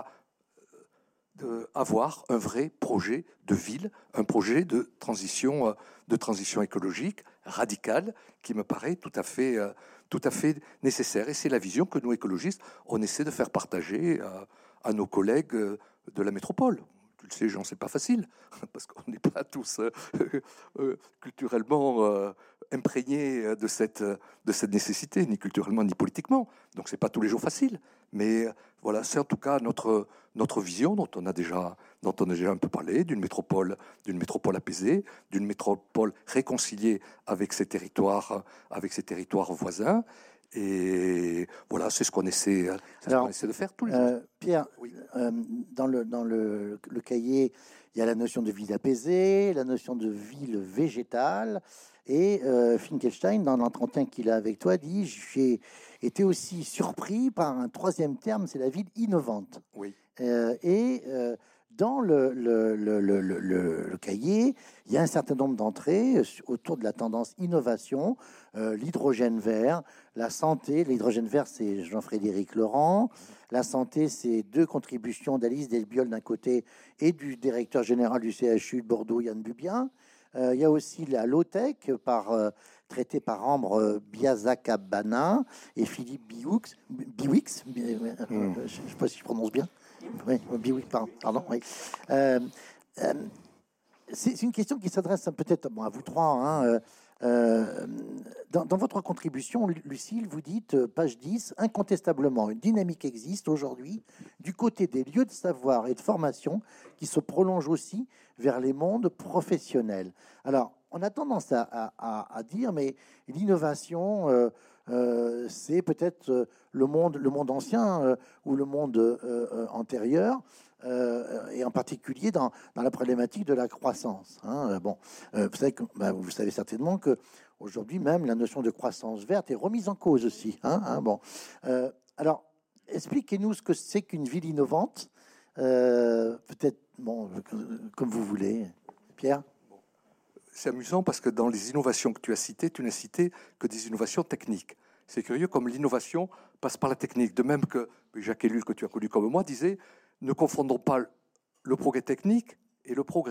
euh, avoir un vrai projet de ville, un projet de transition, euh, de transition écologique radicale qui me paraît tout à fait, euh, tout à fait nécessaire. Et c'est la vision que nous, écologistes, on essaie de faire partager à, à nos collègues euh, de la métropole. Tu le sais, Jean, c'est pas facile, parce qu'on n'est pas tous euh, euh, culturellement euh, imprégnés de cette, de cette nécessité, ni culturellement, ni politiquement. Donc, c'est pas tous les jours facile. Mais euh, voilà, c'est en tout cas notre, notre vision dont on a déjà, dont on a déjà un peu parlé, d'une métropole, d'une métropole apaisée, d'une métropole réconciliée avec ses territoires, avec ses territoires voisins. Et voilà, c'est ce qu'on essaie, c'est Alors, ce qu'on essaie de faire tous les Euh, jours. Pierre, Oui. euh, dans, le, dans le, le cahier, il y a la notion de ville apaisée, la notion de ville végétale, et euh, Finkelstein, dans l'entretien qu'il a avec toi, dit « J'ai été aussi surpris par un troisième terme, c'est la ville innovante. Oui. » Euh, et euh, dans le, le, le, le, le, le cahier, il y a un certain nombre d'entrées autour de la tendance innovation, euh, l'hydrogène vert, la santé. L'hydrogène vert, c'est Jean-Frédéric Laurent. La santé, c'est deux contributions d'Alice Delbiol d'un côté et du directeur général du C H U de Bordeaux, Yann Bubien. Euh, il y a aussi la low-tech, par, euh, traité par Ambre euh, Biazakabana et Philippe Biwix. Biwix, euh, Mm. je ne sais pas si je prononce bien. Oui, oui, pardon. pardon oui. Euh, euh, c'est une question qui s'adresse peut-être bon, à vous trois. Hein, euh, dans, dans votre contribution, Lucille, vous dites, page dix, incontestablement, une dynamique existe aujourd'hui du côté des lieux de savoir et de formation qui se prolonge aussi vers les mondes professionnels. Alors, on a tendance à, à, à dire, mais l'innovation, euh, euh, c'est peut-être le monde, le monde ancien euh, ou le monde euh, antérieur, euh, et en particulier dans, dans la problématique de la croissance. Hein. Bon, euh, vous savez, que, ben, vous savez certainement que aujourd'hui même la notion de croissance verte est remise en cause aussi. Hein, hein, bon, euh, alors expliquez-nous ce que c'est qu'une ville innovante. Euh, peut-être, bon, comme vous voulez, Pierre. C'est amusant parce que dans les innovations que tu as citées, tu n'as cité que des innovations techniques. C'est curieux comme l'innovation passe par la technique. De même que Jacques Ellul, que tu as connu comme moi, disait « Ne confondons pas le progrès technique et le progrès ».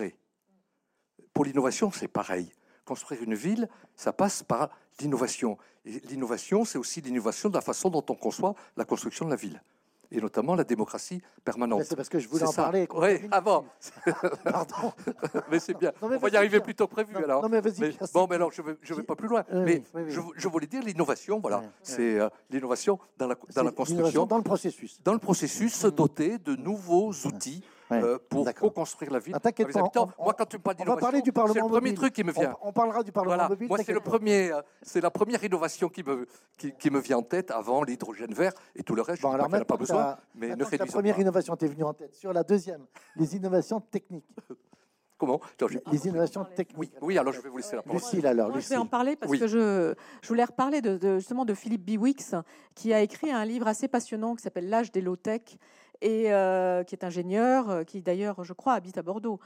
Pour l'innovation, c'est pareil. Construire une ville, ça passe par l'innovation. Et l'innovation, c'est aussi l'innovation de la façon dont on conçoit la construction de la ville. Et notamment la démocratie permanente. C'est parce que je voulais en parler. Oui, avant. Pardon. Mais c'est bien. Non, mais on va y arriver plus tôt prévu. Non, alors. Non, mais vas-y. Mais, bon, mais alors, je ne vais, je vais pas plus loin. Oui, mais oui, oui. Je, je voulais dire l'innovation, voilà. Oui, oui. C'est euh, l'innovation dans la, dans la construction. Dans le processus. Dans le processus, se doter de nouveaux outils oui. euh, pour D'accord. co-construire la ville. T'inquiète pas. On, Moi, quand tu me parles on va parler d'innovation, du Parlement c'est le premier mobile. truc qui me vient. On, on parlera du Parlement Voilà. mobile. Moi, c'est le premier, euh, c'est la première innovation qui me, qui, qui me vient en tête avant l'hydrogène vert et tout le reste. Bon, je ne dis pas qu'il n'y en a pas besoin, mais ne réduisons pas. La première innovation t'est venue en tête. Sur la deuxième, les innovations techniques. Comment non, Les, les innovations techniques. Oui, oui, alors je vais vous laisser la parole. Lucille, alors. Moi, Lucille. je vais en parler parce Oui. que je, je voulais reparler de, de, justement de Philippe Biwix, qui a écrit un livre assez passionnant qui s'appelle L'âge des low-tech, et euh, qui est ingénieur, qui d'ailleurs, je crois, habite à Bordeaux.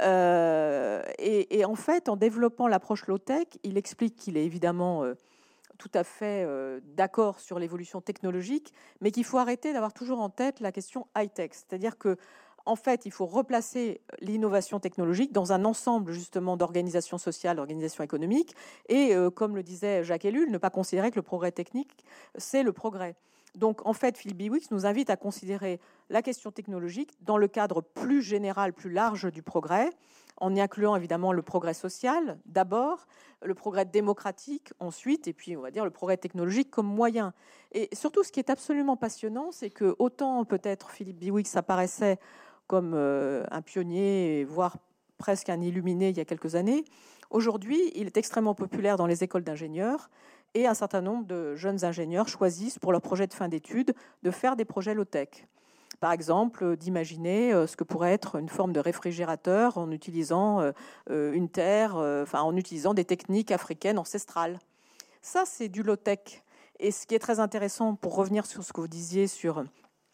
Euh, et, et en fait, en développant l'approche low-tech, il explique qu'il est évidemment euh, tout à fait euh, d'accord sur l'évolution technologique, mais qu'il faut arrêter d'avoir toujours en tête la question high-tech. C'est-à-dire que en fait, il faut replacer l'innovation technologique dans un ensemble justement d'organisations sociales, d'organisations économiques, et euh, comme le disait Jacques Ellul, ne pas considérer que le progrès technique, c'est le progrès. Donc, en fait, Philippe Biwix nous invite à considérer la question technologique dans le cadre plus général, plus large du progrès, en y incluant évidemment le progrès social d'abord, le progrès démocratique ensuite, et puis on va dire le progrès technologique comme moyen. Et surtout, ce qui est absolument passionnant, c'est que autant peut-être Philippe Biwix apparaissait comme euh, un pionnier, voire presque un illuminé il y a quelques années, aujourd'hui, il est extrêmement populaire dans les écoles d'ingénieurs, et un certain nombre de jeunes ingénieurs choisissent pour leur projet de fin d'études de faire des projets low-tech. Par exemple, d'imaginer ce que pourrait être une forme de réfrigérateur en utilisant une terre, enfin en utilisant des techniques africaines ancestrales. Ça, c'est du low-tech. Et ce qui est très intéressant, pour revenir sur ce que vous disiez sur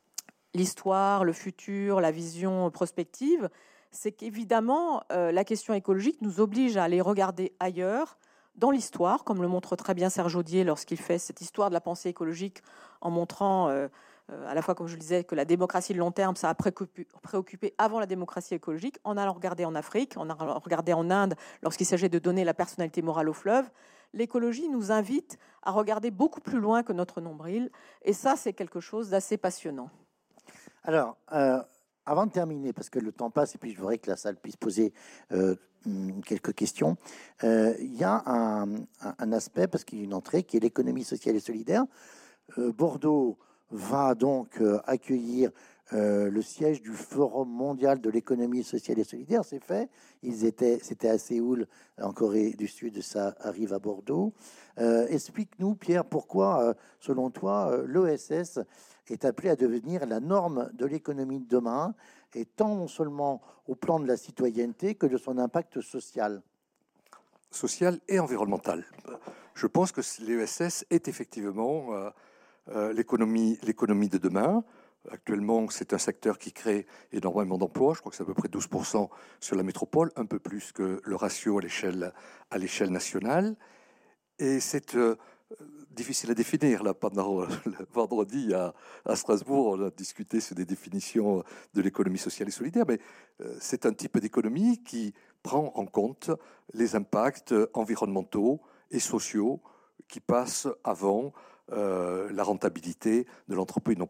l'histoire, le futur, la vision prospective, c'est qu'évidemment, la question écologique nous oblige à aller regarder ailleurs, dans l'histoire, comme le montre très bien Serge Audier lorsqu'il fait cette histoire de la pensée écologique en montrant euh, à la fois, comme je le disais, que la démocratie de long terme, ça a préoccupé, préoccupé avant la démocratie écologique, en allant regarder en Afrique, en allant regarder en Inde lorsqu'il s'agit de donner la personnalité morale au fleuve. L'écologie nous invite à regarder beaucoup plus loin que notre nombril, et ça, c'est quelque chose d'assez passionnant. Alors, euh, avant de terminer, parce que le temps passe, et puis je voudrais que la salle puisse poser euh, quelques questions, euh, il y a un, un, un aspect, parce qu'il y a une entrée, qui est l'économie sociale et solidaire. Euh, Bordeaux va donc euh, accueillir euh, le siège du Forum mondial de l'économie sociale et solidaire. C'est fait. Ils étaient, c'était à Séoul, en Corée du Sud, ça arrive à Bordeaux. Euh, explique-nous, Pierre, pourquoi, euh, selon toi, euh, l'O S S est appelé à devenir la norme de l'économie de demain, et tant non seulement au plan de la citoyenneté que de son impact social. Social et environnemental. Je pense que l'E S S est effectivement euh, euh, l'économie, l'économie de demain. Actuellement, c'est un secteur qui crée énormément d'emplois. Je crois que c'est à peu près douze pour cent sur la métropole, un peu plus que le ratio à l'échelle, à l'échelle nationale. Et c'est euh, difficile à définir. Là, pendant le vendredi à, à Strasbourg, on a discuté sur des définitions de l'économie sociale et solidaire, mais euh, c'est un type d'économie qui prend en compte les impacts environnementaux et sociaux qui passent avant euh, la rentabilité de l'entreprise, non pas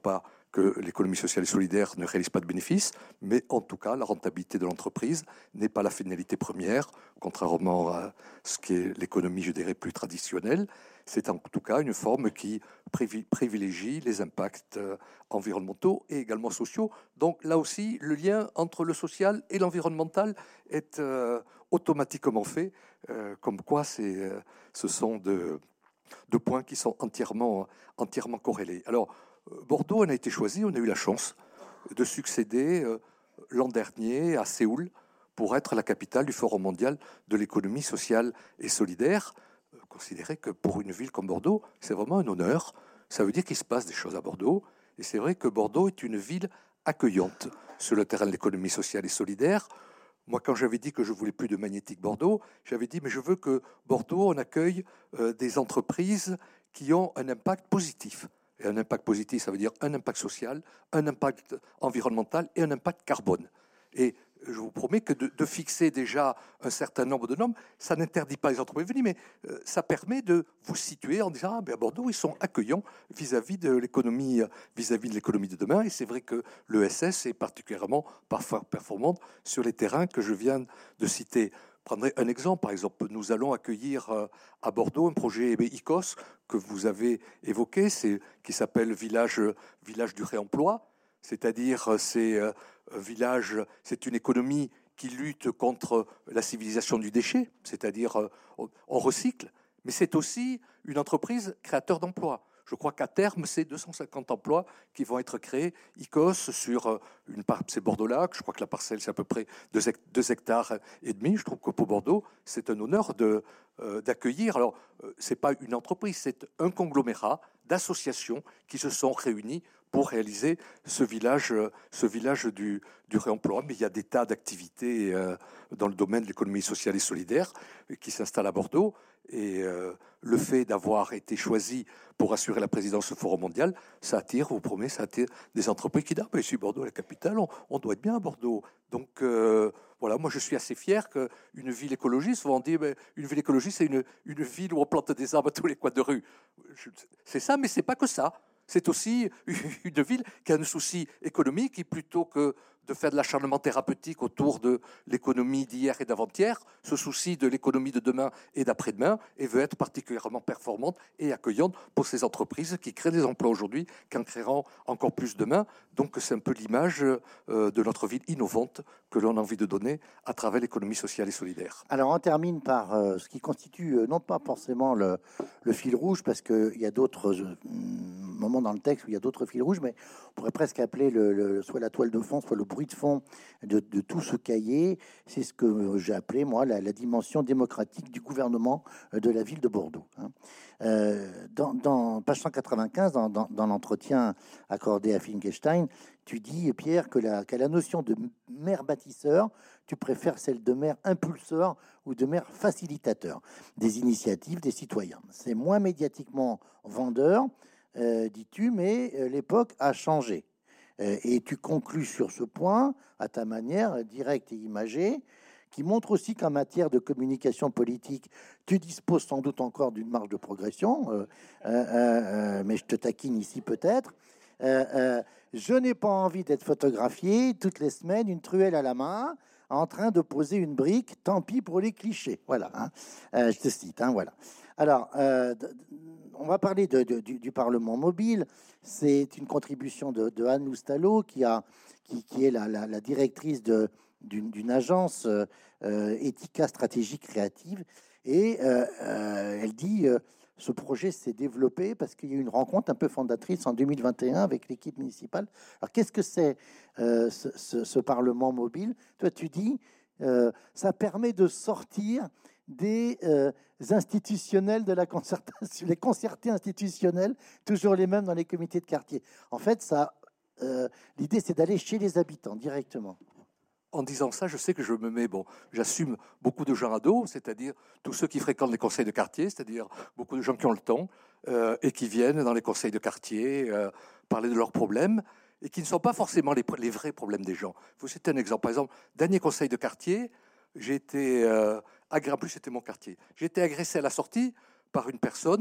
que l'économie sociale et solidaire ne réalise pas de bénéfices, mais en tout cas, la rentabilité de l'entreprise n'est pas la finalité première, contrairement à ce qu'est l'économie, je dirais, plus traditionnelle. C'est en tout cas une forme qui privilégie les impacts environnementaux et également sociaux. Donc là aussi, le lien entre le social et l'environnemental est euh, automatiquement fait, euh, comme quoi c'est, euh, ce sont de, de points qui sont entièrement, entièrement corrélés. Alors, Bordeaux, on a été choisi, on a eu la chance de succéder euh, l'an dernier à Séoul pour être la capitale du Forum mondial de l'économie sociale et solidaire. Euh, considérez que pour une ville comme Bordeaux, c'est vraiment un honneur. Ça veut dire qu'il se passe des choses à Bordeaux. Et c'est vrai que Bordeaux est une ville accueillante sur le terrain de l'économie sociale et solidaire. Moi, quand j'avais dit que je voulais plus de Magnétique Bordeaux, j'avais dit, mais je veux que Bordeaux, on accueille euh, des entreprises qui ont un impact positif. Et un impact positif, ça veut dire un impact social, un impact environnemental et un impact carbone. Et je vous promets que de, de fixer déjà un certain nombre de normes, ça n'interdit pas les entreprises de venir, mais euh, ça permet de vous situer en disant, ah, ben à Bordeaux, ils sont accueillants vis-à-vis de l'économie, vis-à-vis de l'économie de demain. Et c'est vrai que l'E S S est particulièrement parfois performante sur les terrains que je viens de citer. Je prendrai un exemple. Par exemple, nous allons accueillir euh, à Bordeaux un projet I C O S que vous avez évoqué, c'est, qui s'appelle Village, Village du réemploi. C'est-à-dire, c'est euh, un village, c'est une économie qui lutte contre la civilisation du déchet, c'est-à-dire euh, on recycle, mais c'est aussi une entreprise créateur d'emplois. Je crois qu'à terme, c'est deux cent cinquante emplois qui vont être créés, I C O S, sur une part, c'est Bordeaux-Lac, je crois que la parcelle, c'est à peu près deux hectares et demi. Je trouve que pour Bordeaux, c'est un honneur de, euh, d'accueillir. Alors, euh, ce n'est pas une entreprise, c'est un conglomérat d'associations qui se sont réunies pour réaliser ce village, ce village du, du réemploi. Mais il y a des tas d'activités euh, dans le domaine de l'économie sociale et solidaire qui s'installent à Bordeaux. Et euh, le fait d'avoir été choisi pour assurer la présidence au Forum mondial, ça attire, je vous promets, ça attire des entreprises qui disent « Ah ben ici, Bordeaux, la capitale, on, on doit être bien à Bordeaux ». Donc euh, voilà, moi je suis assez fier qu'une ville écologiste, souvent on dit ben, une ville écologiste, c'est une, une ville où on plante des arbres à tous les coins de rue. C'est ça, mais c'est pas que ça. C'est aussi une ville qui a un souci économique et plutôt que de faire de l'acharnement thérapeutique autour de l'économie d'hier et d'avant-hier, se soucie de l'économie de demain et d'après-demain et veut être particulièrement performante et accueillante pour ces entreprises qui créent des emplois aujourd'hui, qui en créeront encore plus demain. Donc c'est un peu l'image de notre ville innovante que l'on a envie de donner à travers l'économie sociale et solidaire. Alors on termine par euh, ce qui constitue euh, non pas forcément le, le fil rouge, parce qu'il y a d'autres euh, moments dans le texte où il y a d'autres fils rouges, mais on pourrait presque appeler le, le, soit la toile de fond, soit le bruit de fond de, de tout ce cahier. C'est ce que j'ai appelé, moi, la, la dimension démocratique du gouvernement de la ville de Bordeaux. Hein. Euh, dans, dans page cent quatre-vingt-quinze, dans, dans, dans l'entretien accordé à Finkelstein, tu dis, Pierre, que la, qu'à la notion de maire bâtisseur, tu préfères celle de maire impulseur ou de maire facilitateur des initiatives des citoyens. C'est moins médiatiquement vendeur, euh, dis-tu, mais euh, l'époque a changé. Euh, et tu conclus sur ce point, à ta manière, directe et imagée, qui montre aussi qu'en matière de communication politique, tu disposes sans doute encore d'une marge de progression, euh, euh, euh, mais je te taquine ici peut-être. Euh, euh, je n'ai pas envie d'être photographié toutes les semaines, une truelle à la main, en train de poser une brique, tant pis pour les clichés. Voilà, hein. euh, je te cite, hein, voilà. Alors, euh, on va parler de, de, du, du Parlement mobile. C'est une contribution de, de Anne Loustalot, qui, a, qui, qui est la, la, la directrice de, d'une, d'une agence euh, Ethica Stratégie Créative. Et euh, euh, elle dit... Euh, ce projet s'est développé parce qu'il y a eu une rencontre un peu fondatrice en deux mille vingt et un avec l'équipe municipale. Alors, qu'est-ce que c'est euh, ce, ce, ce Parlement mobile? Toi, tu dis, euh, ça permet de sortir des euh, institutionnels de la concertation, les concertés institutionnels, toujours les mêmes dans les comités de quartier. En fait, ça, euh, l'idée, c'est d'aller chez les habitants directement. En disant ça, je sais que je me mets, bon, j'assume beaucoup de gens à dos, c'est-à-dire tous ceux qui fréquentent les conseils de quartier, c'est-à-dire beaucoup de gens qui ont le temps euh, et qui viennent dans les conseils de quartier euh, parler de leurs problèmes et qui ne sont pas forcément les, les vrais problèmes des gens. Je vous citer un exemple. Par exemple, dernier conseil de quartier, j'ai été euh, agressé, en plus c'était mon quartier, j'ai été agressé à la sortie par une personne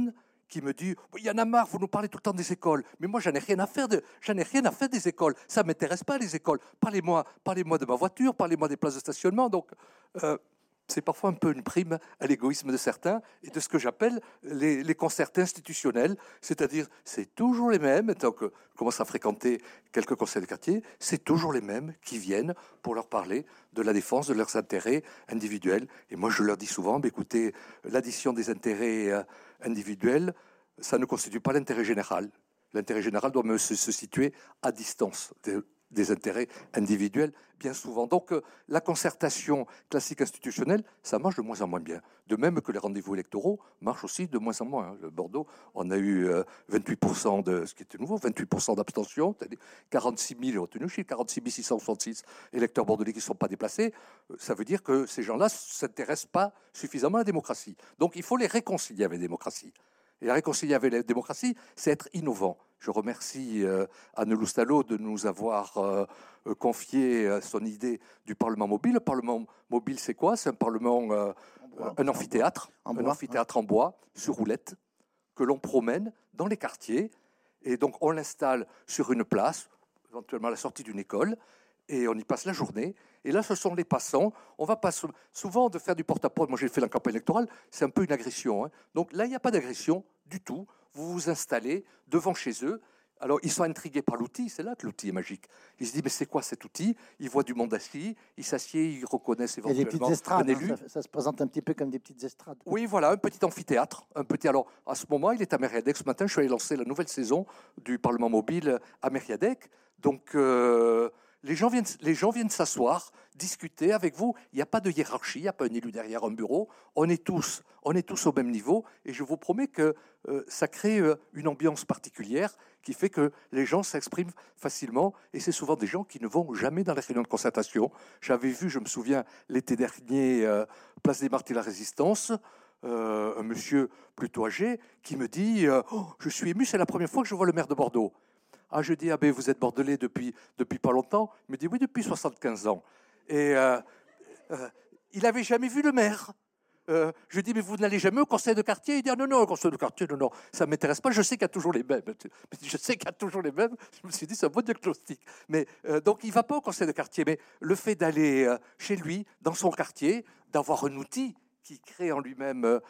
qui me dit « Il y en a marre, vous nous parlez tout le temps des écoles. Mais moi, j'en ai rien à faire, de, j'en ai rien à faire des écoles. Ça ne m'intéresse pas, les écoles. Parlez-moi, parlez-moi de ma voiture, parlez-moi des places de stationnement. » Donc, euh, c'est parfois un peu une prime à l'égoïsme de certains et de ce que j'appelle les, les concerts institutionnels, c'est-à-dire c'est toujours les mêmes, tant que je commence à fréquenter quelques conseils de quartier, c'est toujours les mêmes qui viennent pour leur parler de la défense de leurs intérêts individuels. Et moi, je leur dis souvent, bah, écoutez, l'addition des intérêts euh, individuels, ça ne constitue pas l'intérêt général. L'intérêt général doit me se, se situer à distance de, des intérêts individuels, bien souvent. Donc, euh, la concertation classique institutionnelle, ça marche de moins en moins bien. De même que les rendez-vous électoraux marchent aussi de moins en moins. Hein. Le Bordeaux, on a eu euh, vingt-huit pour cent de, ce qui était nouveau, vingt-huit pour cent d'abstention, c'est-à-dire quarante-six mille retenus, quarante-six mille six cent soixante-six électeurs bordelais qui ne sont pas déplacés. Ça veut dire que ces gens-là ne s'intéressent pas suffisamment à la démocratie. Donc, il faut les réconcilier avec la démocratie. Et la réconcilier avec la démocratie, c'est être innovant. Je remercie euh, Anne Loustalot de nous avoir euh, confié euh, son idée du Parlement mobile. Le Parlement mobile, c'est quoi? C'est un Parlement, euh, bois, un amphithéâtre, en bois, un amphithéâtre hein. en bois, sur roulette, que l'on promène dans les quartiers. Et donc, on l'installe sur une place, éventuellement à la sortie d'une école, et on y passe la journée. Et là, ce sont les passants. On va pas souvent de faire du porte-à-porte. Moi, j'ai fait la campagne électorale. C'est un peu une agression. Hein. Donc là, il n'y a pas d'agression du tout. Vous vous installez devant chez eux. Alors, ils sont intrigués par l'outil. C'est là que l'outil est magique. Ils se disent, mais c'est quoi cet outil? Ils voient du monde assis. Ils s'assiedent, ils reconnaissent éventuellement des petites estrades, un élu. Hein, ça, ça se présente un petit peu comme des petites estrades. Oui, voilà, un petit amphithéâtre. Un petit. Alors, à ce moment, il est à Mériadec. Ce matin, je suis allé lancer la nouvelle saison du Parlement mobile à Mériadec. Donc... Euh, Les gens viennent, les gens viennent s'asseoir, discuter avec vous. Il n'y a pas de hiérarchie, il n'y a pas un élu derrière un bureau. On est tous, on est tous au même niveau. Et je vous promets que euh, ça crée euh, une ambiance particulière qui fait que les gens s'expriment facilement. Et c'est souvent des gens qui ne vont jamais dans les réunions de concertation. J'avais vu, je me souviens, l'été dernier, euh, Place des Martyrs de la Résistance, euh, un monsieur plutôt âgé qui me dit euh, oh, « Je suis ému, c'est la première fois que je vois le maire de Bordeaux ». Ah, je dis, ah ben vous êtes bordelais depuis, depuis pas longtemps. Il me dit, oui, depuis soixante-quinze ans. Et euh, euh, il n'avait jamais vu le maire. Euh, je dis, mais vous n'allez jamais au conseil de quartier? Il dit, ah, non, non, au conseil de quartier, non, non, ça ne m'intéresse pas, je sais qu'il y a toujours les mêmes. Je sais qu'il y a toujours les mêmes. Je me suis dit, c'est un bon diagnostic. Mais, euh, donc, il ne va pas au conseil de quartier. Mais le fait d'aller euh, chez lui, dans son quartier, d'avoir un outil qui crée en lui-même euh,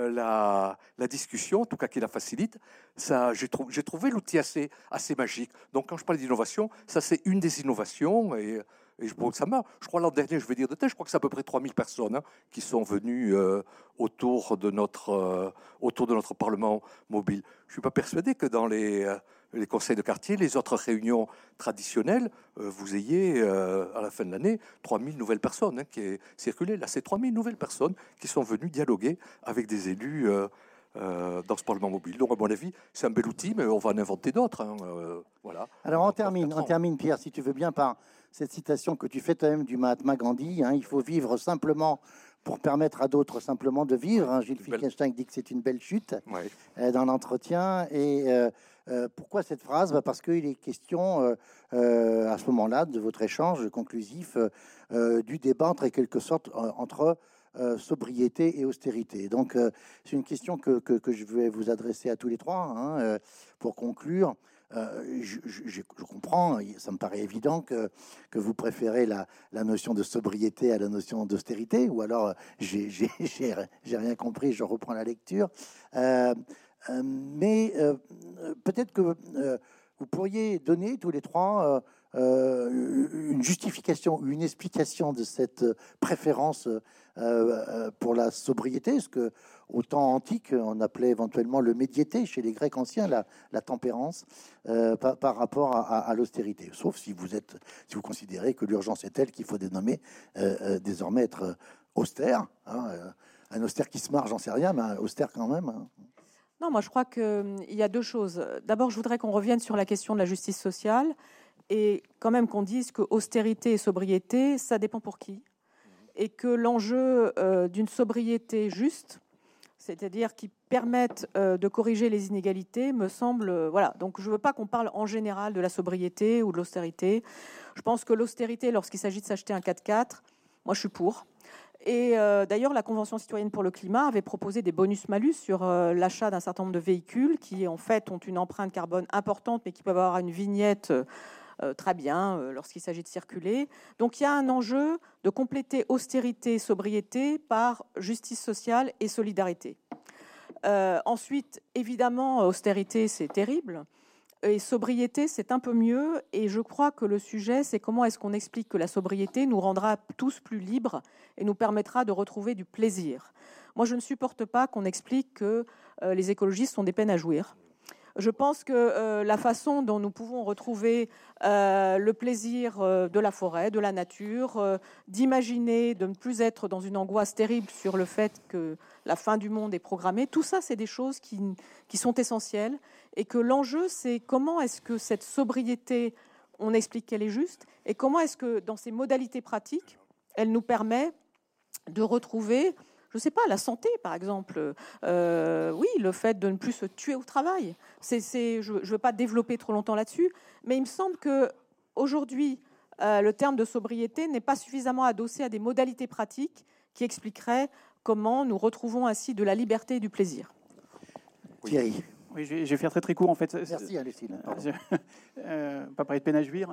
la, la discussion, en tout cas qui la facilite, ça, j'ai, trou- j'ai trouvé l'outil assez, assez magique. Donc quand je parle d'innovation, ça c'est une des innovations, et, et je, ça marche. Je crois l'an dernier, je vais dire de tête, je crois que c'est à peu près trois mille personnes hein, qui sont venues euh, autour, de notre, euh, autour de notre Parlement mobile. Je ne suis pas persuadé que dans les... Euh, les conseils de quartier, les autres réunions traditionnelles, euh, vous ayez, euh, à la fin de l'année, trois mille nouvelles personnes hein, qui est circulé. Là, c'est trois mille nouvelles personnes qui sont venues dialoguer avec des élus euh, euh, dans ce Parlement mobile. Donc, à mon avis, c'est un bel outil, mais on va en inventer d'autres. Hein, euh, voilà. Alors, on termine, on termine, Pierre, si tu veux bien, par cette citation que tu fais toi-même du Mahatma Gandhi. Hein, il faut vivre simplement pour permettre à d'autres simplement de vivre. Hein. Gilles Wittgenstein dit que c'est une belle chute ouais. euh, dans l'entretien. Et euh, euh, pourquoi cette phrase? bah Parce qu'il est question, euh, euh, à ce moment-là, de votre échange conclusif, euh, du débat, en quelque sorte, euh, entre euh, sobriété et austérité. Donc, euh, c'est une question que, que, que je vais vous adresser à tous les trois, hein, euh, pour conclure. Euh, je, je, je comprends, ça me paraît évident que, que vous préférez la, la notion de sobriété à la notion d'austérité, ou alors j'ai, j'ai, j'ai, j'ai rien compris, je reprends la lecture. Euh, euh, mais euh, peut-être que euh, vous pourriez donner tous les trois euh, une justification, une explication de cette préférence euh, pour la sobriété, ce que au temps antique on appelait éventuellement le médiété, chez les Grecs anciens la, la tempérance euh, par, par rapport à, à, à l'austérité, sauf si vous êtes, si vous considérez que l'urgence est telle qu'il faut dénommer euh, euh, désormais être austère, hein, euh, un austère qui se marre, j'en sais rien, mais un austère quand même. Hein. Non, moi je crois qu'il y a deux choses. D'abord, je voudrais qu'on revienne sur la question de la justice sociale et quand même qu'on dise que austérité et sobriété, ça dépend pour qui. Et que l'enjeu euh, d'une sobriété juste, c'est-à-dire qui permette euh, de corriger les inégalités, me semble... Euh, voilà, donc je ne veux pas qu'on parle en général de la sobriété ou de l'austérité. Je pense que l'austérité, lorsqu'il s'agit de s'acheter un quatre-quatre, moi je suis pour. Et euh, d'ailleurs, la Convention citoyenne pour le climat avait proposé des bonus-malus sur euh, l'achat d'un certain nombre de véhicules qui, en fait, ont une empreinte carbone importante, mais qui peuvent avoir une vignette euh, très bien euh, lorsqu'il s'agit de circuler. Donc, il y a un enjeu de compléter austérité, sobriété par justice sociale et solidarité. Euh, ensuite, évidemment, austérité, c'est terrible. Et sobriété, c'est un peu mieux. Et je crois que le sujet, c'est comment est-ce qu'on explique que la sobriété nous rendra tous plus libres et nous permettra de retrouver du plaisir. Moi, je ne supporte pas qu'on explique que euh, les écologistes sont des peines à jouir. Je pense que euh, la façon dont nous pouvons retrouver euh, le plaisir euh, de la forêt, de la nature, euh, d'imaginer, de ne plus être dans une angoisse terrible sur le fait que la fin du monde est programmée, tout ça, c'est des choses qui, qui sont essentielles. Et que l'enjeu, c'est comment est-ce que cette sobriété, on explique qu'elle est juste, et comment est-ce que dans ces modalités pratiques, elle nous permet de retrouver, je ne sais pas, la santé, par exemple. Euh, oui, le fait de ne plus se tuer au travail. C'est, c'est, je ne veux pas développer trop longtemps là-dessus, mais il me semble qu'aujourd'hui, euh, le terme de sobriété n'est pas suffisamment adossé à des modalités pratiques qui expliqueraient comment nous retrouvons ainsi de la liberté et du plaisir. Thierry. Oui, je vais, je vais faire très très court en fait. Merci, Lucille. Je, euh, pas parler de peine à jouir.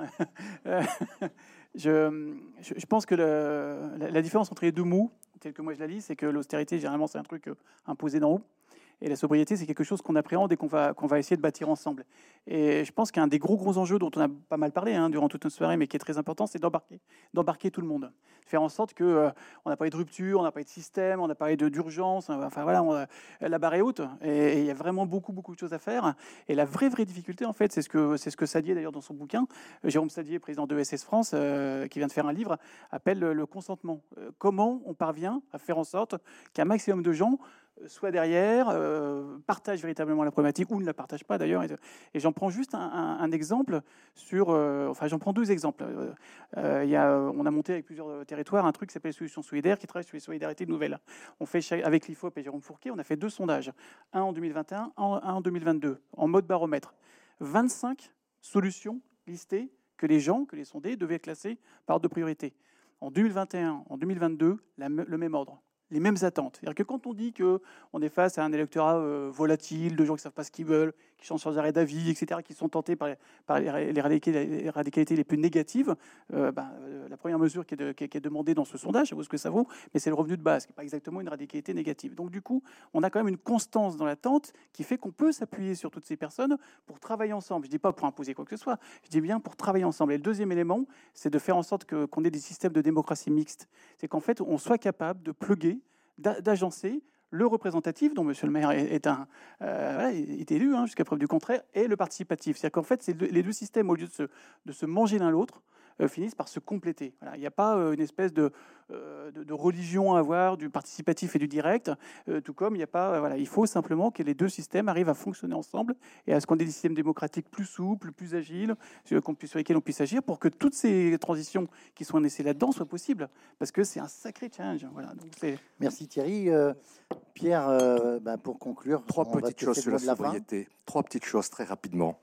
je, je, je pense que le, la, la différence entre les deux mots, tel que moi je la lis, c'est que l'austérité, généralement, c'est un truc imposé d'en haut. Et la sobriété, c'est quelque chose qu'on appréhende et qu'on va, qu'on va essayer de bâtir ensemble. Et je pense qu'un des gros, gros enjeux dont on a pas mal parlé hein, durant toute une soirée, mais qui est très important, c'est d'embarquer, d'embarquer tout le monde. Faire en sorte qu'on euh, n'a pas eu de rupture, on n'a pas eu de système, on n'a pas eu d'urgence. Enfin voilà, on, la barre est haute. Et il y a vraiment beaucoup, beaucoup de choses à faire. Et la vraie, vraie difficulté, en fait, c'est ce que, c'est ce que Sadier, d'ailleurs, dans son bouquin, Jérôme Sadier, président de E S S France, euh, qui vient de faire un livre, appelle le, le consentement. Euh, comment on parvient à faire en sorte qu'un maximum de gens soit derrière, euh, partage véritablement la problématique ou ne la partage pas d'ailleurs. Et, et j'en prends juste un, un, un exemple sur, euh, enfin j'en prends deux exemples. Euh, euh, y a, on a monté avec plusieurs territoires un truc qui s'appelle Solutions Solidaires qui travaille sur les solidarités nouvelles. On fait avec l'I F O P et Jérôme Fourquet, on a fait deux sondages, un en deux mille vingt et un, un en deux mille vingt-deux, en mode baromètre. vingt-cinq solutions listées que les gens, que les sondés devaient classer par ordre de priorité. En deux mille vingt et un, en deux mille vingt-deux, la, le même ordre. Les mêmes attentes. C'est-à-dire que quand on dit qu'on est face à un électorat euh, volatile, de gens qui ne savent pas ce qu'ils veulent, qui changent sans arrêt d'avis, et cetera, qui sont tentés par les, par les, radicalités, les radicalités les plus négatives, euh, ben, euh, la première mesure qui est, de, qui, est, qui est demandée dans ce sondage, ça vaut ce que ça vaut, mais c'est le revenu de base, qui n'est pas exactement une radicalité négative. Donc du coup, on a quand même une constance dans l'attente qui fait qu'on peut s'appuyer sur toutes ces personnes pour travailler ensemble. Je ne dis pas pour imposer quoi que ce soit, je dis bien pour travailler ensemble. Et le deuxième élément, c'est de faire en sorte que, qu'on ait des systèmes de démocratie mixte. C'est qu'en fait, on soit capable de pluguer, d'agencer le représentatif, dont Monsieur le maire est, un, euh, est élu hein, jusqu'à preuve du contraire, et le participatif. C'est-à-dire qu'en fait, c'est les deux systèmes, au lieu de se, de se manger l'un l'autre, euh, finissent par se compléter. Voilà. Il n'y a pas euh, une espèce de, euh, de, de religion à avoir du participatif et du direct, euh, tout comme il n'y a pas... Euh, voilà, il faut simplement que les deux systèmes arrivent à fonctionner ensemble et à ce qu'on ait des systèmes démocratiques plus souples, plus agiles, qu'on puisse, sur lesquels on puisse agir pour que toutes ces transitions qui sont laissées là-dedans soient possibles. Parce que c'est un sacré challenge. Voilà. Donc c'est... Merci Thierry. Euh, Pierre, euh, ben pour conclure... Trois petites choses sur la sobriété. Trois petites choses très rapidement.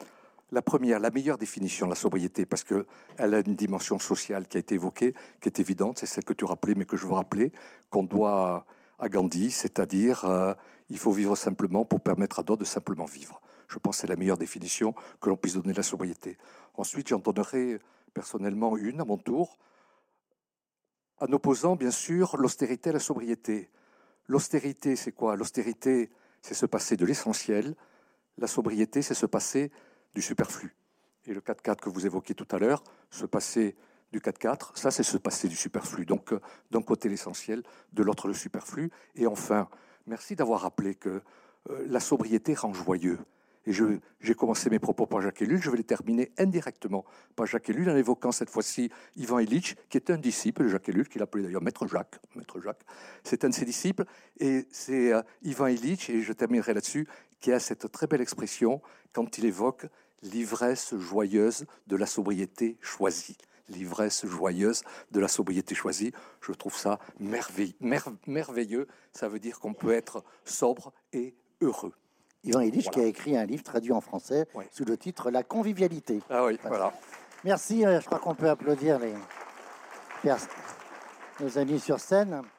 La première, la meilleure définition de la sobriété, parce qu'elle a une dimension sociale qui a été évoquée, qui est évidente, c'est celle que tu rappelais, mais que je veux rappeler, qu'on doit à Gandhi, c'est-à-dire euh, il faut vivre simplement pour permettre à d'autres de simplement vivre. Je pense que c'est la meilleure définition que l'on puisse donner de la sobriété. Ensuite, j'en donnerai personnellement une à mon tour, en opposant bien sûr l'austérité à la sobriété. L'austérité, c'est quoi? L'austérité, c'est se passer de l'essentiel. La sobriété, c'est se passer du superflu. Et le quatre-quatre que vous évoquiez tout à l'heure, se passer du quatre-quatre, ça c'est se passer du superflu. Donc euh, d'un côté l'essentiel, de l'autre le superflu. Et enfin, merci d'avoir rappelé que euh, la sobriété rend joyeux. Et je, j'ai commencé mes propos par Jacques Ellul, je vais les terminer indirectement par Jacques Ellul en évoquant cette fois-ci Ivan Illich, qui est un disciple de Jacques Ellul, qu'il appelait d'ailleurs Maître Jacques. Maître Jacques, c'est un de ses disciples. Et c'est euh, Ivan Illich, et je terminerai là-dessus, qui a cette très belle expression quand il évoque l'ivresse joyeuse de la sobriété choisie. L'ivresse joyeuse de la sobriété choisie. Je trouve ça merveilleux. Merve, merveilleux. Ça veut dire qu'on peut être sobre et heureux. Ivan Illich, voilà, qui a écrit un livre traduit en français, oui, sous le titre « La convivialité ». Ah oui, voilà. Merci, je crois qu'on peut applaudir les... nos amis sur scène.